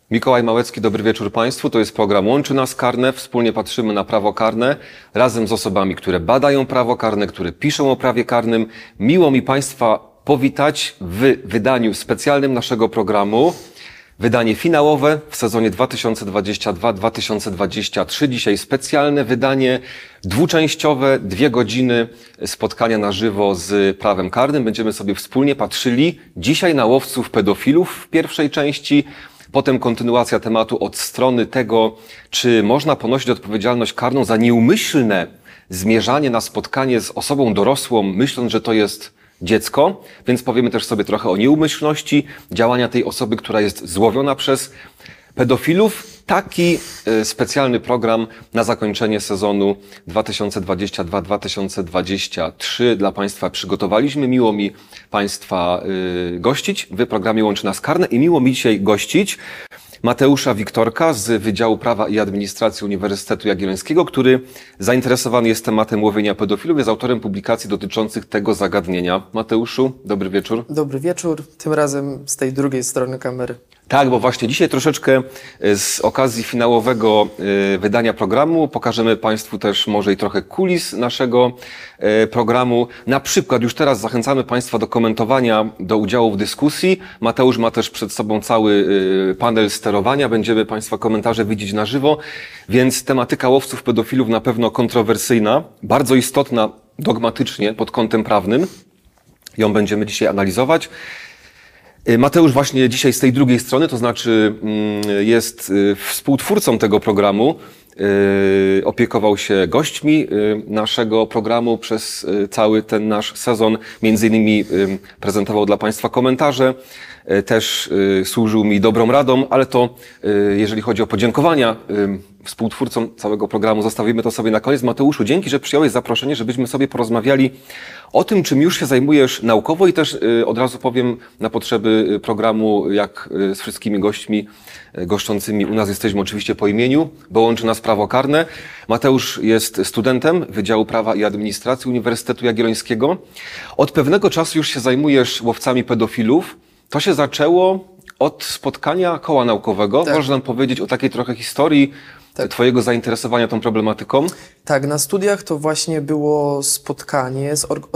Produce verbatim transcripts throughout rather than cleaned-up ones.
Mikołaj Małecki, dobry wieczór Państwu. To jest program Łączy Nas Karne. Wspólnie patrzymy na prawo karne razem z osobami, które badają prawo karne, które piszą o prawie karnym. Miło mi Państwa powitać w wydaniu specjalnym naszego programu. Wydanie finałowe w sezonie dwa tysiące dwudziestym drugim dwa tysiące dwudziestym trzecim. Dzisiaj specjalne wydanie dwuczęściowe, dwie godziny spotkania na żywo z prawem karnym. Będziemy sobie wspólnie patrzyli dzisiaj na łowców pedofilów w pierwszej części. Potem kontynuacja tematu od strony tego, czy można ponosić odpowiedzialność karną za nieumyślne zmierzanie na spotkanie z osobą dorosłą, myśląc, że to jest dziecko. Więc powiemy też sobie trochę o nieumyślności działania tej osoby, która jest złowiona przez pedofilów. Taki y, specjalny program na zakończenie sezonu dwa tysiące dwudziestego drugiego dwa tysiące dwudziestego trzeciego dla Państwa przygotowaliśmy. Miło mi Państwa y, gościć w programie Łączy Nas Karne i miło mi dzisiaj gościć Mateusza Wiktorka z Wydziału Prawa i Administracji Uniwersytetu Jagiellońskiego, który zainteresowany jest tematem łowienia pedofilów, jest autorem publikacji dotyczących tego zagadnienia. Mateuszu, dobry wieczór. Dobry wieczór, tym razem z tej drugiej strony kamery. Tak, bo właśnie dzisiaj troszeczkę z okazji finałowego wydania programu pokażemy Państwu też może i trochę kulis naszego programu. Na przykład już teraz zachęcamy Państwa do komentowania, do udziału w dyskusji. Mateusz ma też przed sobą cały panel sterowania. Będziemy Państwa komentarze widzieć na żywo, więc tematyka łowców pedofilów na pewno kontrowersyjna, bardzo istotna dogmatycznie pod kątem prawnym. Ją będziemy dzisiaj analizować. Mateusz właśnie dzisiaj z tej drugiej strony, to znaczy jest współtwórcą tego programu, opiekował się gośćmi naszego programu przez cały ten nasz sezon, między innymi prezentował dla Państwa komentarze, też służył mi dobrą radą, ale to jeżeli chodzi o podziękowania współtwórcom całego programu, zostawimy to sobie na koniec. Mateuszu, dzięki, że przyjąłeś zaproszenie, żebyśmy sobie porozmawiali o tym, czym już się zajmujesz naukowo i też od razu powiem na potrzeby programu, jak z wszystkimi gośćmi goszczącymi u nas jesteśmy oczywiście po imieniu, bo łączy nas prawo karne. Mateusz jest studentem Wydziału Prawa i Administracji Uniwersytetu Jagiellońskiego. Od pewnego czasu już się zajmujesz łowcami pedofilów. To się zaczęło od spotkania koła naukowego. Tak. Możesz nam powiedzieć o takiej trochę historii tak. Twojego zainteresowania tą problematyką? Tak, na studiach to właśnie było spotkanie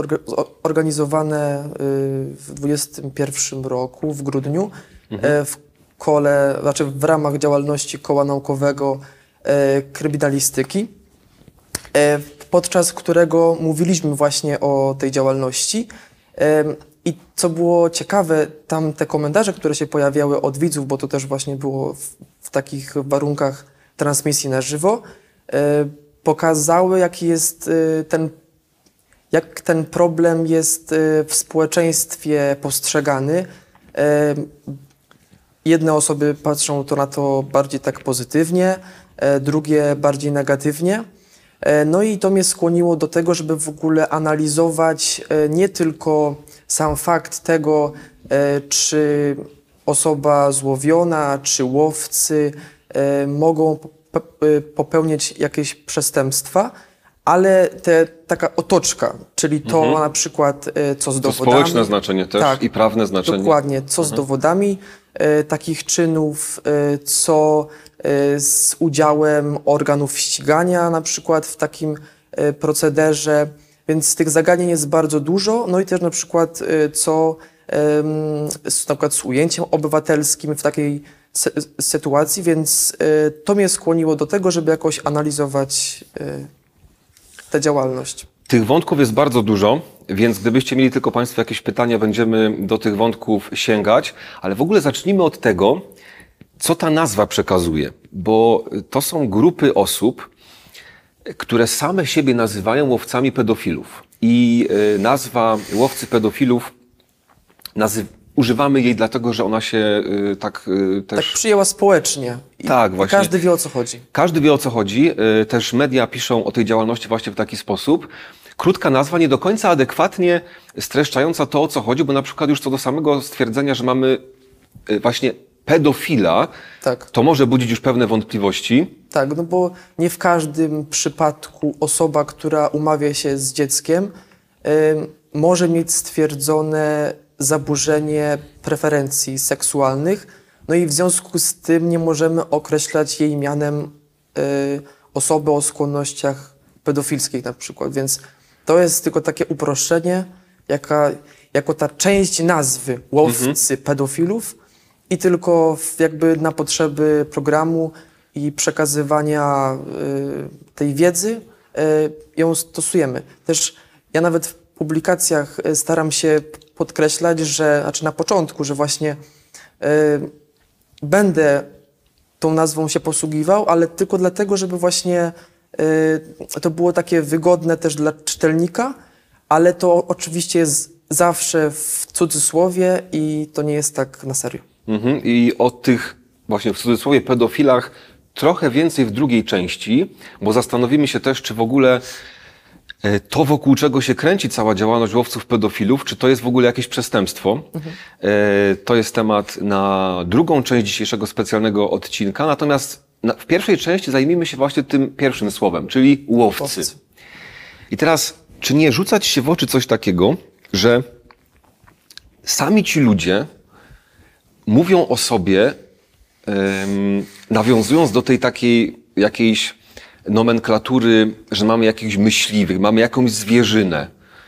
zorganizowane w dwudziestym pierwszym roku, w grudniu, mhm. w kole, znaczy w ramach działalności koła naukowego kryminalistyki, podczas którego mówiliśmy właśnie o tej działalności. I co było ciekawe, tam te komentarze, które się pojawiały od widzów, bo to też właśnie było w, w takich warunkach transmisji na żywo, e, pokazały, jaki jest e, ten, jak ten problem jest e, w społeczeństwie postrzegany. E, jedne osoby patrzą to na to bardziej tak pozytywnie, e, drugie bardziej negatywnie. No i to mnie skłoniło do tego, żeby w ogóle analizować nie tylko sam fakt tego, czy osoba złowiona, czy łowcy mogą popełniać jakieś przestępstwa, ale te, taka otoczka, czyli to mhm. na przykład co z to dowodami. Społeczne znaczenie też tak, i prawne znaczenie. Dokładnie, co mhm. z dowodami e, takich czynów, e, co e, z udziałem organów ścigania na przykład w takim e, procederze, więc tych zagadnień jest bardzo dużo, no i też na przykład e, co e, z, na przykład z ujęciem obywatelskim w takiej se, sytuacji, więc e, to mnie skłoniło do tego, żeby jakoś analizować e, tę działalność. Tych wątków jest bardzo dużo, więc gdybyście mieli tylko Państwo jakieś pytania, będziemy do tych wątków sięgać, ale w ogóle zacznijmy od tego, co ta nazwa przekazuje, bo to są grupy osób, które same siebie nazywają łowcami pedofilów i nazwa łowcy pedofilów nazy- używamy jej dlatego, że ona się y, tak y, też... Tak przyjęła społecznie. I, tak, właśnie. I każdy wie, o co chodzi. Każdy wie, o co chodzi. Y, też media piszą o tej działalności właśnie w taki sposób. Krótka nazwa, nie do końca adekwatnie streszczająca to, o co chodzi, bo na przykład już co do samego stwierdzenia, że mamy y, właśnie pedofila, tak. to może budzić już pewne wątpliwości. Tak, no bo nie w każdym przypadku osoba, która umawia się z dzieckiem, y, może mieć stwierdzone zaburzenie preferencji seksualnych, No i w związku z tym nie możemy określać jej mianem y, osoby o skłonnościach pedofilskich na przykład, więc to jest tylko takie uproszczenie, jaka, jako ta część nazwy łowcy mhm. pedofilów i tylko w, jakby na potrzeby programu i przekazywania y, tej wiedzy y, ją stosujemy. Też ja nawet w publikacjach staram się podkreślać, że, znaczy na początku, że właśnie y, będę tą nazwą się posługiwał, ale tylko dlatego, żeby właśnie y, to było takie wygodne też dla czytelnika, ale to oczywiście jest zawsze w cudzysłowie i to nie jest tak na serio. Mhm. I o tych właśnie w cudzysłowie pedofilach trochę więcej w drugiej części, bo zastanowimy się też, czy w ogóle to, wokół czego się kręci cała działalność łowców pedofilów, czy to jest w ogóle jakieś przestępstwo. Mhm. To jest temat na drugą część dzisiejszego specjalnego odcinka, natomiast w pierwszej części zajmijmy się właśnie tym pierwszym słowem, czyli łowcy. łowcy. I teraz, czy nie rzucać się w oczy coś takiego, że sami ci ludzie mówią o sobie, um, nawiązując do tej takiej jakiejś nomenklatury, że mamy jakichś myśliwych, mamy jakąś zwierzynę.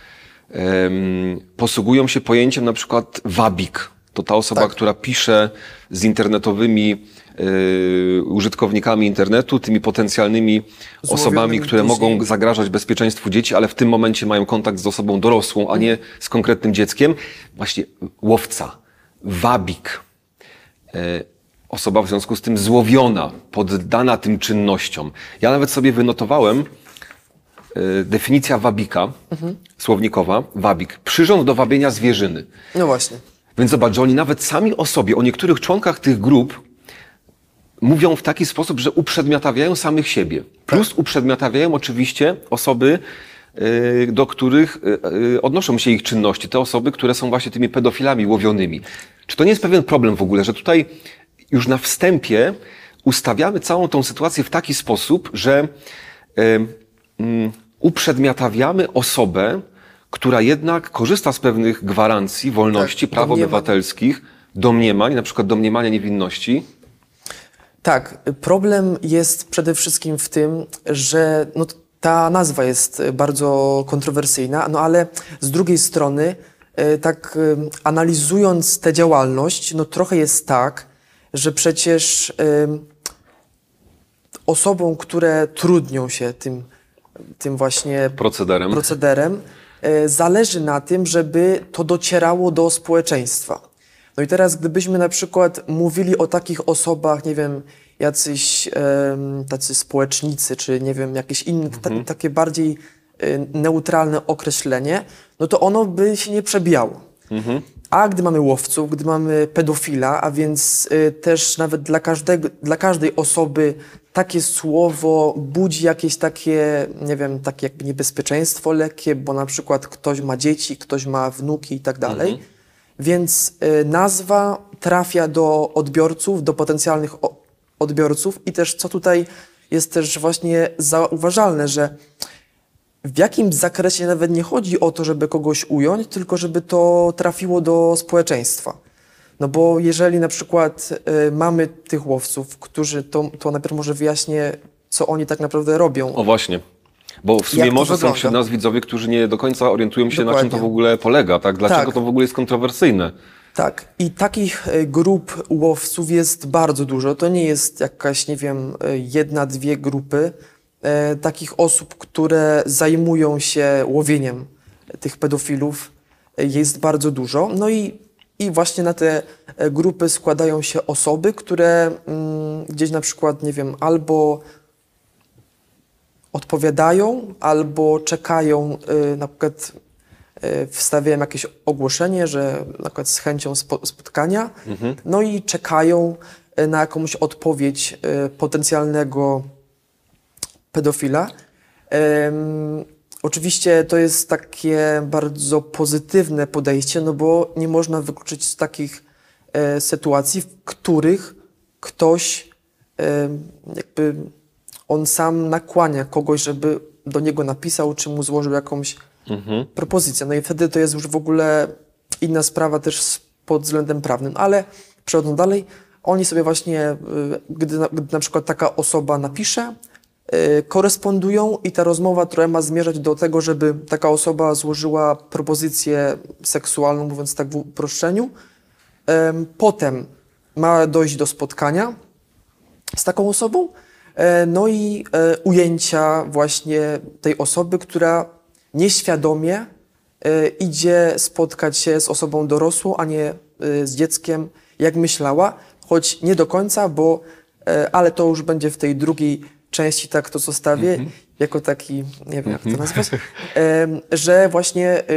Um, posługują się pojęciem na przykład wabik. To ta osoba, tak. która pisze z internetowymi y, użytkownikami internetu, tymi potencjalnymi Złowionymi osobami, które później. mogą zagrażać bezpieczeństwu dzieci, ale w tym momencie mają kontakt z osobą dorosłą, a nie z konkretnym dzieckiem. Właśnie łowca, wabik. Y, Osoba w związku z tym złowiona, poddana tym czynnościom. Ja nawet sobie wynotowałem y, definicja wabika, mhm. słownikowa, wabik. Przyrząd do wabienia zwierzyny. No właśnie. Więc zobacz, że oni nawet sami o sobie, o niektórych członkach tych grup mówią w taki sposób, że uprzedmiotawiają samych siebie. Plus tak. uprzedmiotawiają oczywiście osoby, y, do których y, y, odnoszą się ich czynności. Te osoby, które są właśnie tymi pedofilami łowionymi. Czy to nie jest pewien problem w ogóle, że tutaj już na wstępie ustawiamy całą tą sytuację w taki sposób, że y, y, uprzedmiotawiamy osobę, która jednak korzysta z pewnych gwarancji, wolności, tak, praw domniemań. obywatelskich, domniemań, na przykład domniemania niewinności. Tak, problem jest przede wszystkim w tym, że no, ta nazwa jest bardzo kontrowersyjna, no ale z drugiej strony, y, tak y, analizując tę działalność, no trochę jest tak, że przecież y, osobom, które trudnią się tym, tym właśnie procederem, procederem y, zależy na tym, żeby to docierało do społeczeństwa. No i teraz, gdybyśmy na przykład mówili o takich osobach, nie wiem, jacyś y, tacy społecznicy, czy nie wiem, jakieś inne, mhm. ta, takie bardziej y, neutralne określenie, no to ono by się nie przebijało. Mhm. A gdy mamy łowców, gdy mamy pedofila, a więc y, też nawet dla, każdego, dla każdej osoby takie słowo budzi jakieś takie, nie wiem, takie jakby niebezpieczeństwo lekkie, bo na przykład ktoś ma dzieci, ktoś ma wnuki i tak dalej. Mhm. Więc y, nazwa trafia do odbiorców, do potencjalnych o, odbiorców i też co tutaj jest też właśnie zauważalne, że w jakimś zakresie nawet nie chodzi o to, żeby kogoś ująć, tylko żeby to trafiło do społeczeństwa. No bo jeżeli na przykład y, mamy tych łowców, którzy, to, to najpierw może wyjaśnię, co oni tak naprawdę robią. O właśnie, bo w sumie może są wśród nas widzowie, którzy nie do końca orientują się, Dokładnie. na czym to w ogóle polega, tak? Dlaczego tak. to w ogóle jest kontrowersyjne? Tak, i takich grup łowców jest bardzo dużo. To nie jest jakaś, nie wiem, jedna, dwie grupy e, takich osób, które zajmują się łowieniem tych pedofilów. Jest bardzo dużo. No i, i właśnie na te grupy składają się osoby, które mm, gdzieś na przykład, nie wiem, albo odpowiadają, albo czekają, y, na przykład y, wstawiają jakieś ogłoszenie, że na przykład z chęcią spo, spotkania, mhm. no i czekają y, na jakąś odpowiedź y, potencjalnego pedofila. Ym, oczywiście to jest takie bardzo pozytywne podejście, no bo nie można wykluczyć z takich y, sytuacji, w których ktoś y, jakby on sam nakłania kogoś, żeby do niego napisał, czy mu złożył jakąś mhm. propozycję. No i wtedy to jest już w ogóle inna sprawa też pod względem prawnym. Ale przechodząc dalej, oni sobie właśnie, y, gdy na, gdy na przykład taka osoba napisze, y, korespondują i ta rozmowa trochę ma zmierzać do tego, żeby taka osoba złożyła propozycję seksualną, mówiąc tak w uproszczeniu. Ym, potem ma dojść do spotkania z taką osobą, e, no i e, ujęcia właśnie tej osoby, która nieświadomie e, idzie spotkać się z osobą dorosłą, a nie e, z dzieckiem, jak myślała, choć nie do końca, bo, e, ale to już będzie w tej drugiej części, tak to zostawię, mm-hmm. jako taki, nie wiem jak to nazwać, e, że właśnie e,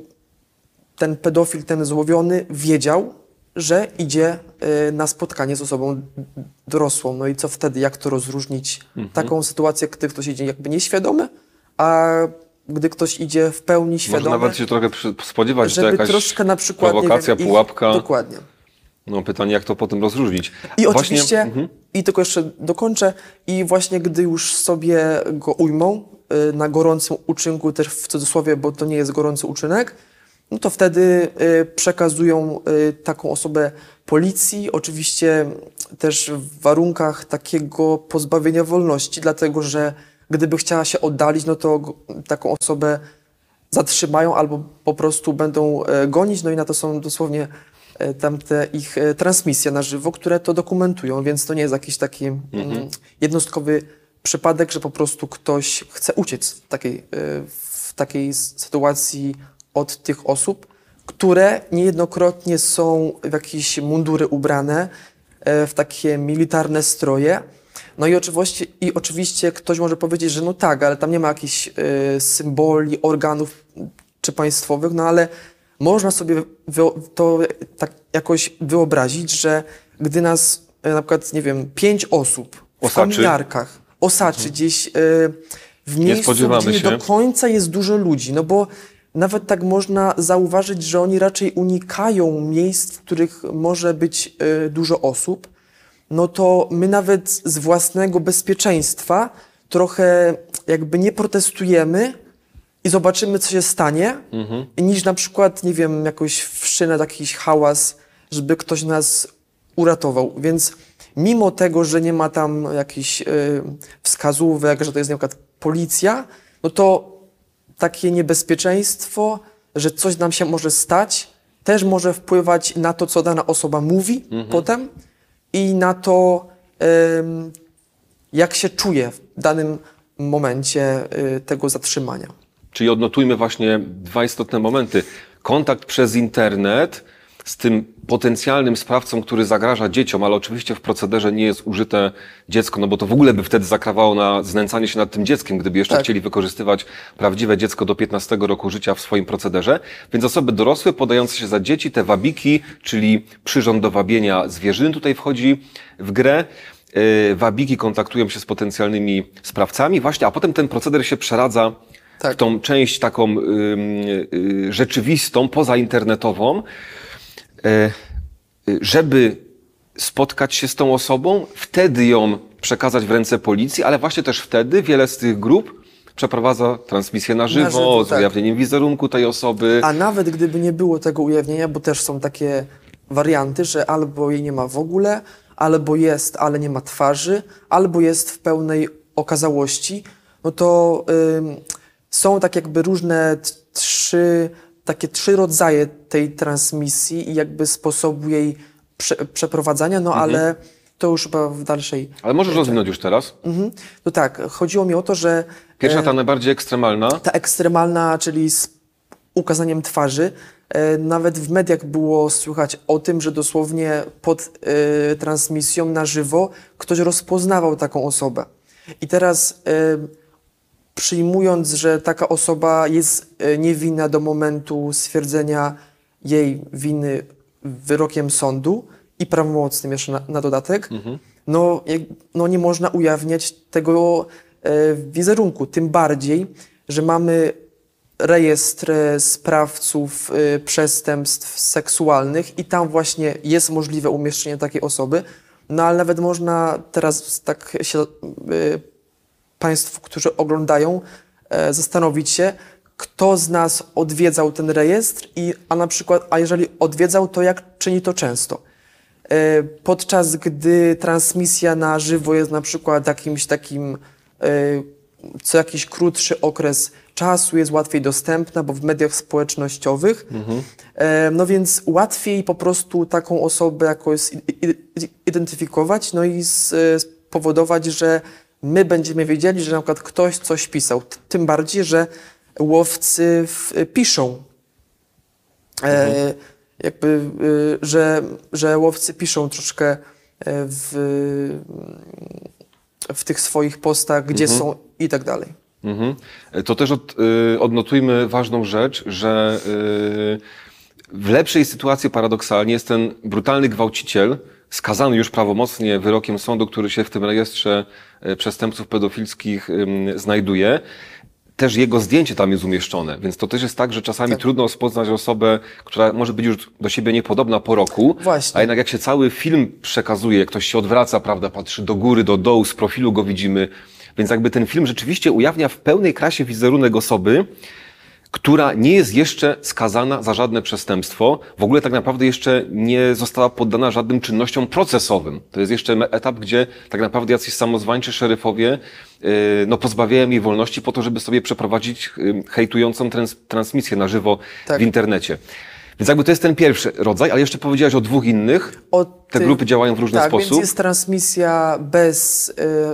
ten pedofil, ten złowiony wiedział, że idzie y, na spotkanie z osobą dorosłą. No i co wtedy, jak to rozróżnić? Mhm. Taką sytuację, gdy ktoś idzie jakby nieświadomy, a gdy ktoś idzie w pełni świadomy. Można nawet się trochę spodziewać, że to żeby jakaś troszkę na przykład, prowokacja, nie wiem, pułapka. Ich, dokładnie. No pytanie, jak to potem rozróżnić. I właśnie, oczywiście, mhm. i tylko jeszcze dokończę, i właśnie gdy już sobie go ujmą y, na gorącym uczynku, też w cudzysłowie, bo to nie jest gorący uczynek, no to wtedy y, przekazują y, taką osobę policji, oczywiście też w warunkach takiego pozbawienia wolności, dlatego że gdyby chciała się oddalić, no to taką osobę zatrzymają albo po prostu będą y, gonić, no i na to są dosłownie y, tamte ich y, transmisje na żywo, które to dokumentują, więc to nie jest jakiś taki mhm. y, jednostkowy przypadek, że po prostu ktoś chce uciec w takiej, y, w takiej sytuacji od tych osób, które niejednokrotnie są w jakieś mundury ubrane, w takie militarne stroje. No i oczywiście, i oczywiście ktoś może powiedzieć, że no tak, ale tam nie ma jakichś y, symboli, organów czy państwowych, no ale można sobie to tak jakoś wyobrazić, że gdy nas y, na przykład, nie wiem, pięć osób w kominiarkach osaczy mhm. gdzieś y, w miejscu, gdzie nie do końca jest dużo ludzi, no bo nawet tak można zauważyć, że oni raczej unikają miejsc, w których może być y, dużo osób, no to my nawet z własnego bezpieczeństwa trochę jakby nie protestujemy i zobaczymy, co się stanie, mhm. niż na przykład, nie wiem, jakoś wszczynać jakiś hałas, żeby ktoś nas uratował. Więc mimo tego, że nie ma tam jakichś y, wskazówek, że to jest na przykład policja, no to takie niebezpieczeństwo, że coś nam się może stać, też może wpływać na to, co dana osoba mówi mhm. potem i na to, ym, jak się czuje w danym momencie y, tego zatrzymania. Czyli odnotujmy właśnie dwa istotne momenty. Kontakt przez internet z tym potencjalnym sprawcą, który zagraża dzieciom, ale oczywiście w procederze nie jest użyte dziecko, no bo to w ogóle by wtedy zakrawało na znęcanie się nad tym dzieckiem, gdyby jeszcze tak. chcieli wykorzystywać prawdziwe dziecko do piętnastego roku życia w swoim procederze. Więc osoby dorosłe podające się za dzieci, te wabiki, czyli przyrząd do wabienia zwierzyny tutaj wchodzi w grę. Yy, wabiki kontaktują się z potencjalnymi sprawcami właśnie, a potem ten proceder się przeradza tak. w tą część taką yy, yy, rzeczywistą, pozainternetową. Żeby spotkać się z tą osobą, wtedy ją przekazać w ręce policji, ale właśnie też wtedy wiele z tych grup przeprowadza transmisję na żywo, na żywo z tak. ujawnieniem wizerunku tej osoby. A nawet gdyby nie było tego ujawnienia, bo też są takie warianty, że albo jej nie ma w ogóle, albo jest, ale nie ma twarzy, albo jest w pełnej okazałości, no to ym, są tak jakby różne t- trzy... takie trzy rodzaje tej transmisji i jakby sposobu jej prze, przeprowadzania, no mhm. ale to już chyba w dalszej... Ale możesz rozwinąć już teraz? Mhm. No tak, chodziło mi o to, że... Pierwsza ta e, najbardziej ekstremalna? Ta ekstremalna, czyli z ukazaniem twarzy. E, nawet w mediach było słychać o tym, że dosłownie pod e, transmisją na żywo ktoś rozpoznawał taką osobę. I teraz... E, przyjmując, że taka osoba jest niewinna do momentu stwierdzenia jej winy wyrokiem sądu i prawomocnym jeszcze na, na dodatek, mhm. no, no nie można ujawniać tego e, wizerunku. Tym bardziej, że mamy rejestr sprawców e, przestępstw seksualnych i tam właśnie jest możliwe umieszczenie takiej osoby, no ale nawet można teraz tak się... E, Państwu, którzy oglądają, e, zastanowić się, kto z nas odwiedzał ten rejestr, i, a na przykład, a jeżeli odwiedzał, to jak czyni to często. e, podczas gdy transmisja na żywo jest na przykład jakimś takim e, co jakiś krótszy okres czasu, jest łatwiej dostępna, bo w mediach społecznościowych. Mhm. E, no więc łatwiej po prostu taką osobę jakoś i- i- identyfikować, no i s- spowodować, że my będziemy wiedzieli, że na przykład ktoś coś pisał. T- Tym bardziej, że łowcy w, piszą. E, Mhm. jakby, y, że, że łowcy piszą troszkę e, w, w tych swoich postach, gdzie Mhm. są i tak dalej. Mhm. To też od, y, odnotujmy ważną rzecz, że y, w lepszej sytuacji paradoksalnie jest ten brutalny gwałciciel, skazany już prawomocnie wyrokiem sądu, który się w tym rejestrze y, przestępców pedofilskich y, znajduje. Też jego zdjęcie tam jest umieszczone, więc to też jest tak, że czasami Tak. trudno rozpoznać osobę, która może być już do siebie niepodobna po roku, Właśnie. a jednak jak się cały film przekazuje, ktoś się odwraca, prawda, patrzy do góry, do dołu, z profilu go widzimy, więc jakby ten film rzeczywiście ujawnia w pełnej krasie wizerunek osoby, która nie jest jeszcze skazana za żadne przestępstwo, w ogóle tak naprawdę jeszcze nie została poddana żadnym czynnościom procesowym. To jest jeszcze me- etap, gdzie tak naprawdę jacyś samozwańczy szeryfowie yy, no, pozbawiają jej wolności po to, żeby sobie przeprowadzić yy, hejtującą trans- transmisję na żywo Tak. w internecie. Więc jakby to jest ten pierwszy rodzaj, ale jeszcze powiedziałeś o dwóch innych. O Te ty- grupy działają w różny tak, sposób. więc jest transmisja bez, y,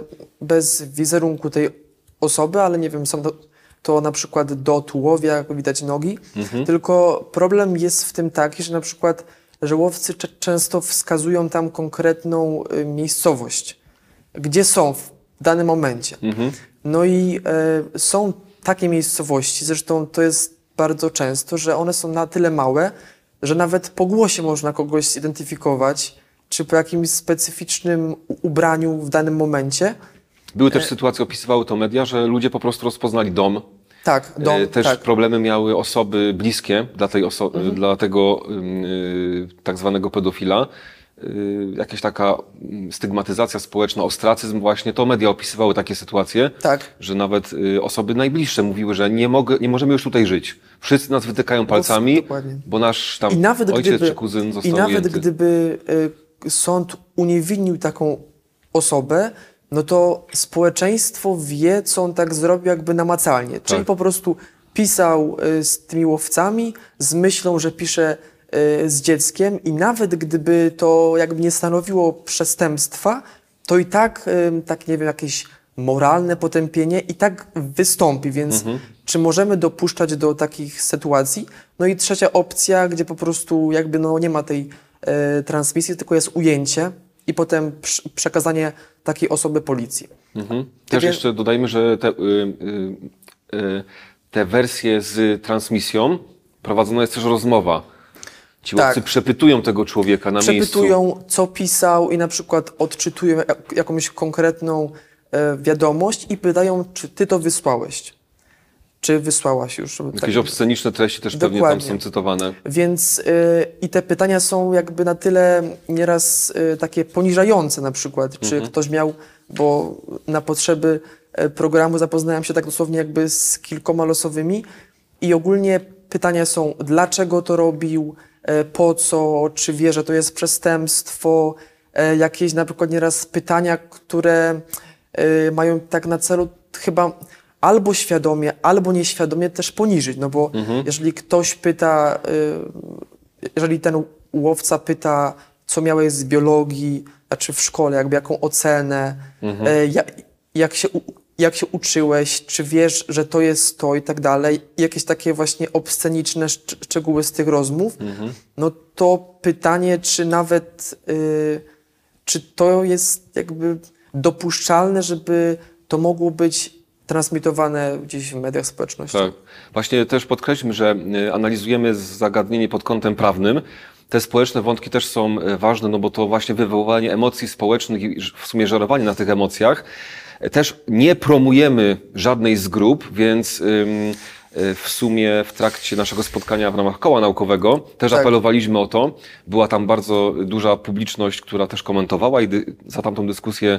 bez wizerunku tej osoby, ale nie wiem, są to, to na przykład do tułowia, jak widać nogi. Mhm. Tylko problem jest w tym taki, że na przykład że łowcy cze- często wskazują tam konkretną y, miejscowość, gdzie są w danym momencie. Mhm. No i e, są takie miejscowości, zresztą to jest bardzo często, że one są na tyle małe, że nawet po głosie można kogoś zidentyfikować, czy po jakimś specyficznym u- ubraniu w danym momencie. Były też sytuacje, opisywały to media, że ludzie po prostu rozpoznali dom. Tak, dom, E, Też tak. problemy miały osoby bliskie dla, tej oso- dla tego y, tak zwanego pedofila. Y, jakaś taka mm, stygmatyzacja społeczna, ostracyzm właśnie, to media opisywały takie sytuacje, Tak. że nawet y, osoby najbliższe mówiły, że nie, mogę, nie możemy już tutaj żyć. Wszyscy nas wytykają palcami, dokładnie. bo nasz tam I nawet ojciec gdyby, czy kuzyn został I nawet ujęty. gdyby y, sąd uniewinnił taką osobę, no to społeczeństwo wie, co on tak zrobił jakby namacalnie. Czyli Tak. po prostu pisał y, z tymi łowcami z myślą, że pisze y, z dzieckiem i nawet gdyby to jakby nie stanowiło przestępstwa, to i tak, y, tak nie wiem, jakieś moralne potępienie i tak wystąpi, więc Mhm. czy możemy dopuszczać do takich sytuacji? No i trzecia opcja, gdzie po prostu jakby no nie ma tej e, transmisji, tylko jest ujęcie i potem przy, przekazanie takiej osoby policji. Mhm. Też wie- jeszcze dodajmy, że te, y, y, y, te wersje z transmisją prowadzona jest też rozmowa. Ci Tak. łowcy przepytują tego człowieka na miejscu. Przepytują, co pisał i na przykład odczytują jak, jakąś konkretną e, wiadomość i pytają, czy ty to wysłałeś. Czy wysłałaś już? Jakieś Tak. obsceniczne treści też pewnie tam Dokładnie. są cytowane. Więc y, i te pytania są jakby na tyle nieraz y, takie poniżające na przykład, czy Mhm. ktoś miał, bo na potrzeby e, programu zapoznałem się tak dosłownie jakby z kilkoma losowymi i ogólnie pytania są, dlaczego to robił, e, po co, czy wie, że to jest przestępstwo, e, jakieś na przykład nieraz pytania, które e, mają tak na celu chyba albo świadomie, albo nieświadomie też poniżyć, no bo Mhm. jeżeli ktoś pyta, y, jeżeli ten łowca pyta, co miałeś z biologii, znaczy w szkole, jakby jaką ocenę, Mhm. y, jak, jak, się, u- jak się uczyłeś, czy wiesz, że to jest to i tak dalej, i jakieś takie właśnie obsceniczne szcz- szczegóły z tych rozmów, Mhm. no to pytanie, czy nawet, y, czy to jest jakby dopuszczalne, żeby to mogło być transmitowane gdzieś w mediach społecznościowych. Tak. Właśnie też podkreślmy, że y, analizujemy zagadnienie pod kątem prawnym. Te społeczne wątki też są y, ważne, no bo to właśnie wywoływanie emocji społecznych i w sumie żerowanie na tych emocjach. Y, Też nie promujemy żadnej z grup, więc ym, y, w sumie w trakcie naszego spotkania w ramach koła naukowego też Tak. apelowaliśmy o to. Była tam bardzo duża publiczność, która też komentowała i dy, za tamtą dyskusję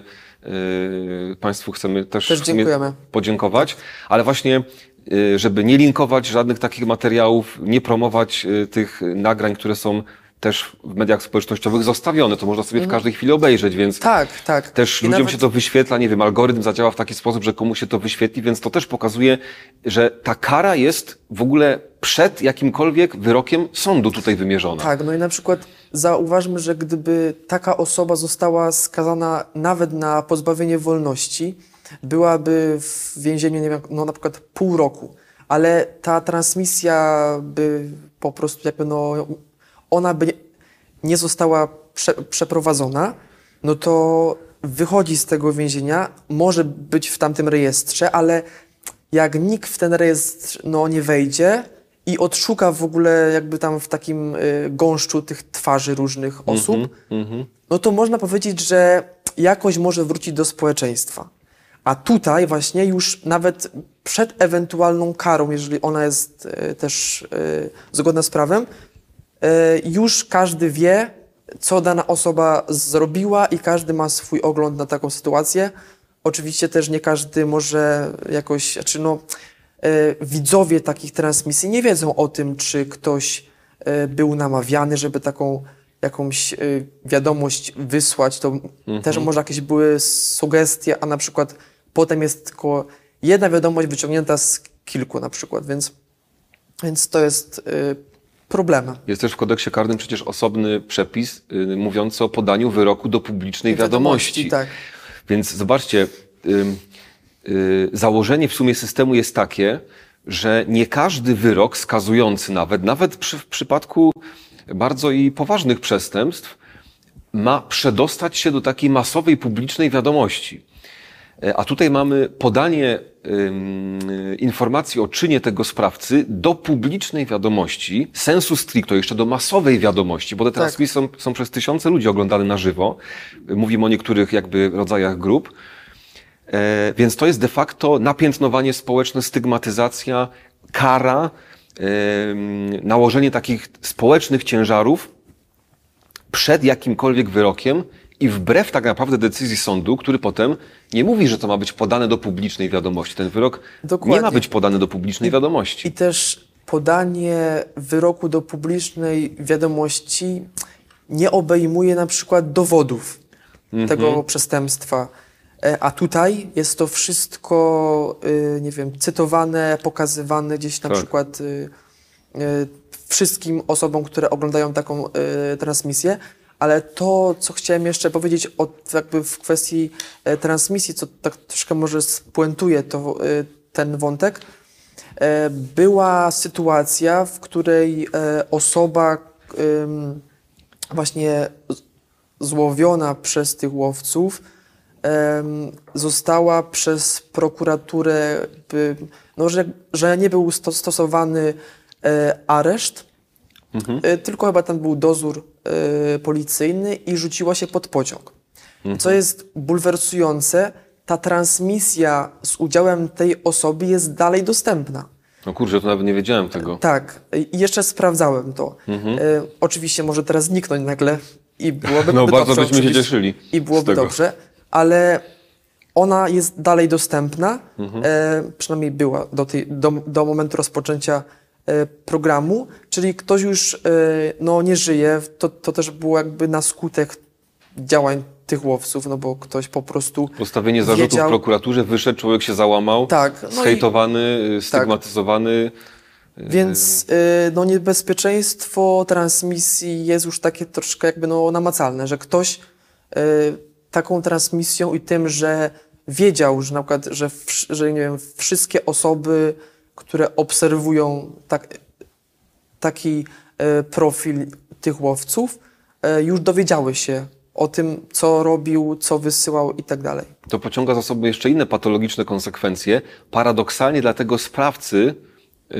y, Państwu chcemy też, Też w sumie dziękujemy. podziękować, ale właśnie, y, żeby nie linkować żadnych takich materiałów, nie promować y, tych nagrań, które są też w mediach społecznościowych zostawione. To można sobie w każdej chwili obejrzeć, więc Tak, tak. też I ludziom nawet- się to wyświetla, nie wiem, algorytm zadziała w taki sposób, że komuś się to wyświetli, więc to też pokazuje, że ta kara jest w ogóle przed jakimkolwiek wyrokiem sądu tutaj wymierzona. Tak, no i na przykład zauważmy, że gdyby taka osoba została skazana nawet na pozbawienie wolności, byłaby w więzieniu, nie wiem, no na przykład pół roku, ale ta transmisja by po prostu jakby no, ona by nie, nie została prze, przeprowadzona, no to wychodzi z tego więzienia, może być w tamtym rejestrze, ale jak nikt w ten rejestr no, nie wejdzie i odszuka w ogóle jakby tam w takim y, gąszczu tych twarzy różnych osób, Mhm. no to można powiedzieć, że jakoś może wrócić do społeczeństwa. A tutaj właśnie już nawet przed ewentualną karą, jeżeli ona jest y, też y, zgodna z prawem, y, już każdy wie, co dana osoba zrobiła i każdy ma swój ogląd na taką sytuację. Oczywiście też nie każdy może jakoś, znaczy no, e, widzowie takich transmisji nie wiedzą o tym, czy ktoś e, był namawiany, żeby taką jakąś e, wiadomość wysłać. To też może jakieś były sugestie, a na przykład potem jest tylko jedna wiadomość wyciągnięta z kilku na przykład, więc, więc to jest e, problemem. Jest też w kodeksie karnym przecież osobny przepis y, mówiący o podaniu wyroku do publicznej wiadomości. Tak. Więc zobaczcie, y, y, założenie w sumie systemu jest takie, że nie każdy wyrok skazujący nawet, nawet przy, w przypadku bardzo i poważnych przestępstw, ma przedostać się do takiej masowej, publicznej wiadomości. E, A tutaj mamy podanie ym, informacji o czynie tego sprawcy do publicznej wiadomości, sensu stricto jeszcze do masowej wiadomości, bo te Tak. transmisje są, są przez tysiące ludzi oglądane na żywo. Mówimy o niektórych jakby rodzajach grup. E, więc to jest de facto napiętnowanie społeczne, stygmatyzacja, kara, ym, nałożenie takich społecznych ciężarów przed jakimkolwiek wyrokiem i wbrew tak naprawdę decyzji sądu, który potem nie mówi, że to ma być podane do publicznej wiadomości. Ten wyrok Dokładnie. nie ma być podany do publicznej wiadomości. I też podanie wyroku do publicznej wiadomości nie obejmuje na przykład dowodów tego przestępstwa. E, A tutaj jest to wszystko, y, nie wiem, cytowane, pokazywane gdzieś na Tak. przykład y, y, wszystkim osobom, które oglądają taką y, transmisję. Ale to, co chciałem jeszcze powiedzieć o, jakby w kwestii e, transmisji, co tak troszkę może spuentuje to, e, ten wątek, e, była sytuacja, w której e, osoba em, właśnie z- złowiona przez tych łowców em, została przez prokuraturę, by, no, że, że nie był sto, stosowany e, areszt, E, tylko chyba tam był dozór e, policyjny i rzuciła się pod pociąg. Co jest bulwersujące, ta transmisja z udziałem tej osoby jest dalej dostępna. No kurczę, to nawet nie wiedziałem tego. Tak, i jeszcze sprawdzałem to. E, oczywiście może teraz zniknąć nagle i byłoby No, bardzo dobrze, byśmy się oczywiście. cieszyli I z byłoby tego. dobrze, ale ona jest dalej dostępna, e, przynajmniej była do, tej, do, do momentu rozpoczęcia e, programu, czyli ktoś już e, no, nie żyje, to, to też było jakby na skutek działań tych łowców, no bo ktoś po prostu Postawienie zarzutów wiedział- w prokuraturze, wyszedł, człowiek się załamał, Tak, no i- zhejtowany, y, stygmatyzowany. Więc y, no, niebezpieczeństwo transmisji jest już takie troszkę jakby no, namacalne, że ktoś y, taką transmisją i tym, że wiedział, że na przykład, że, wsz- że nie wiem, wszystkie osoby, które obserwują tak, taki y, profil tych łowców, y, już dowiedziały się o tym, co robił, co wysyłał i tak dalej. To pociąga za sobą jeszcze inne patologiczne konsekwencje. Paradoksalnie dla tego sprawcy, yy,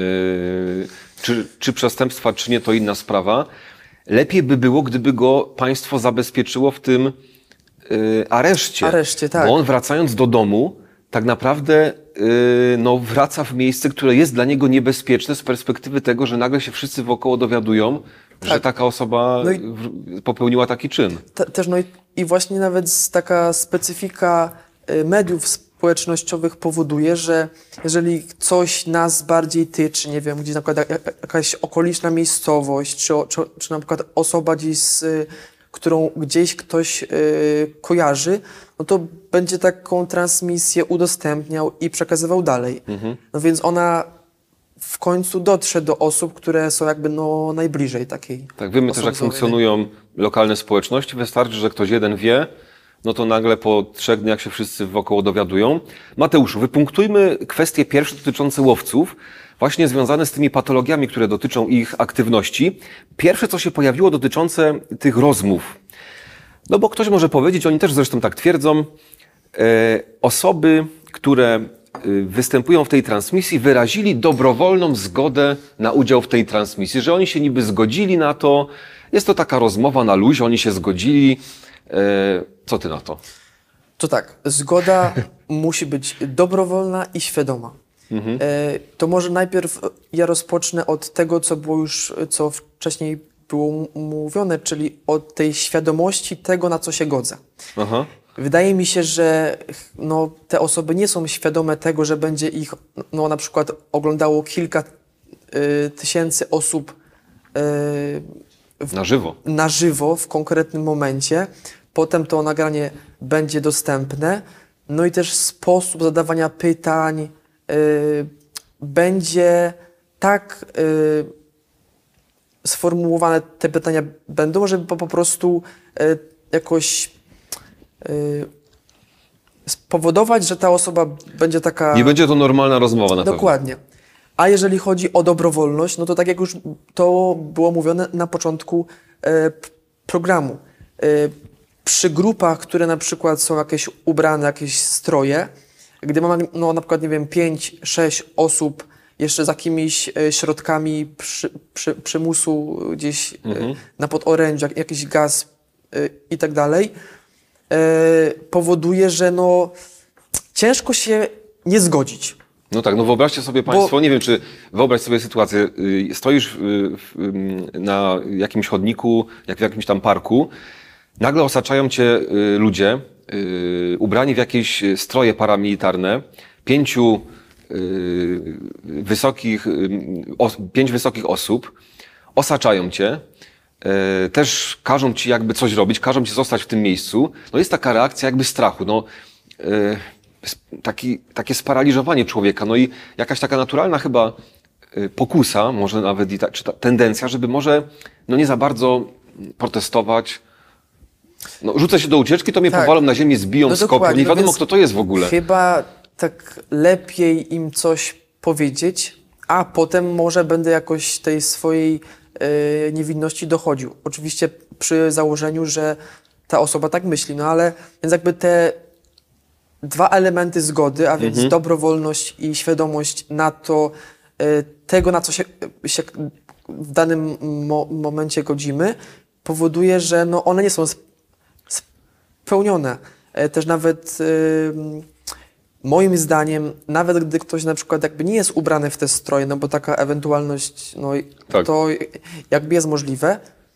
czy, czy przestępstwa, czy nie, to inna sprawa, lepiej by było, gdyby go państwo zabezpieczyło w tym yy, areszcie. Areszcie, tak. Bo on wracając do domu, tak naprawdę yy, no, wraca w miejsce, które jest dla niego niebezpieczne z perspektywy tego, że nagle się wszyscy wokoło dowiadują, że taka osoba No i- w- popełniła taki czyn. Te, też no i, i właśnie nawet z taka specyfika y, mediów społecznościowych powoduje, że jeżeli coś nas bardziej tyczy, nie wiem, gdzieś na przykład jak- jakaś okoliczna miejscowość, czy, o- czy, czy na przykład osoba gdzieś, z, y, którą gdzieś ktoś y, kojarzy, no to będzie taką transmisję udostępniał i przekazywał dalej. No więc ona w końcu dotrze do osób, które są jakby no najbliżej takiej Tak, wiemy też, jak osoby. funkcjonują lokalne społeczności. Wystarczy, że ktoś jeden wie, no to nagle po trzech dniach się wszyscy wokoło dowiadują. Mateuszu, wypunktujmy kwestie pierwsze dotyczące łowców, właśnie związane z tymi patologiami, które dotyczą ich aktywności. Pierwsze, co się pojawiło, dotyczące tych rozmów. No bo ktoś może powiedzieć, oni też zresztą tak twierdzą, e, osoby, które y, występują w tej transmisji, wyrazili dobrowolną zgodę na udział w tej transmisji, że oni się niby zgodzili na to, jest to taka rozmowa na luzie, oni się zgodzili. E, co ty na to? To tak, zgoda musi być dobrowolna i świadoma. E, to może najpierw ja rozpocznę od tego, co było już, co wcześniej było m- mówione, czyli od tej świadomości tego, na co się godzę. Aha. Wydaje mi się, że no, te osoby nie są świadome tego, że będzie ich no, na przykład oglądało kilka y, tysięcy osób y, Na żywo. na żywo w konkretnym momencie. Potem to nagranie będzie dostępne. No i też sposób zadawania pytań y, będzie tak y, sformułowane, te pytania będą, żeby po, po prostu y, jakoś y, spowodować, że ta osoba będzie taka... Nie będzie to normalna rozmowa na pewno. Dokładnie. A jeżeli chodzi o dobrowolność, no to tak jak już to było mówione na początku e, p- programu, e, przy grupach, które na przykład są jakieś ubrane, jakieś stroje, gdy mamy no, na przykład, nie wiem, pięć, sześć osób jeszcze z jakimiś e, środkami przy, przy, przymusu gdzieś e, na podorędziu, jak, jakiś gaz e, i tak dalej, e, powoduje, że no, ciężko się nie zgodzić. No tak, no wyobraźcie sobie Państwo, nie wiem, czy wyobraź sobie sytuację, y, stoisz y, w, y, na jakimś chodniku, jak w jakimś tam parku, nagle osaczają cię y, ludzie, y, ubrani w jakieś stroje paramilitarne, pięciu y, wysokich, y, os, pięć wysokich osób, osaczają cię, y, też każą ci jakby coś robić, każą ci zostać w tym miejscu. No jest taka reakcja jakby strachu, no... Y, Taki, takie sparaliżowanie człowieka, no i jakaś taka naturalna chyba y, pokusa, może nawet i ta, czy ta tendencja, żeby może no nie za bardzo protestować. No, rzucę się do ucieczki, to mnie Tak. powalą na ziemię, zbiją No z kopu. dokładnie, Nie no wiadomo, więc kto to jest w ogóle. Chyba tak lepiej im coś powiedzieć, a potem może będę jakoś tej swojej e, niewinności dochodził. Oczywiście przy założeniu, że ta osoba tak myśli, no ale więc jakby te dwa elementy zgody, a więc dobrowolność i świadomość na to, e, tego na co się, się w danym mo momencie godzimy, powoduje, że no one nie są sp spełnione. E, też nawet e, moim zdaniem, nawet gdy ktoś na przykład jakby nie jest ubrany w te stroje, no bo taka ewentualność, no i Tak. to jakby jest możliwe,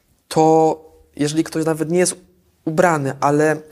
to jeżeli ktoś nawet nie jest ubrany, ale e,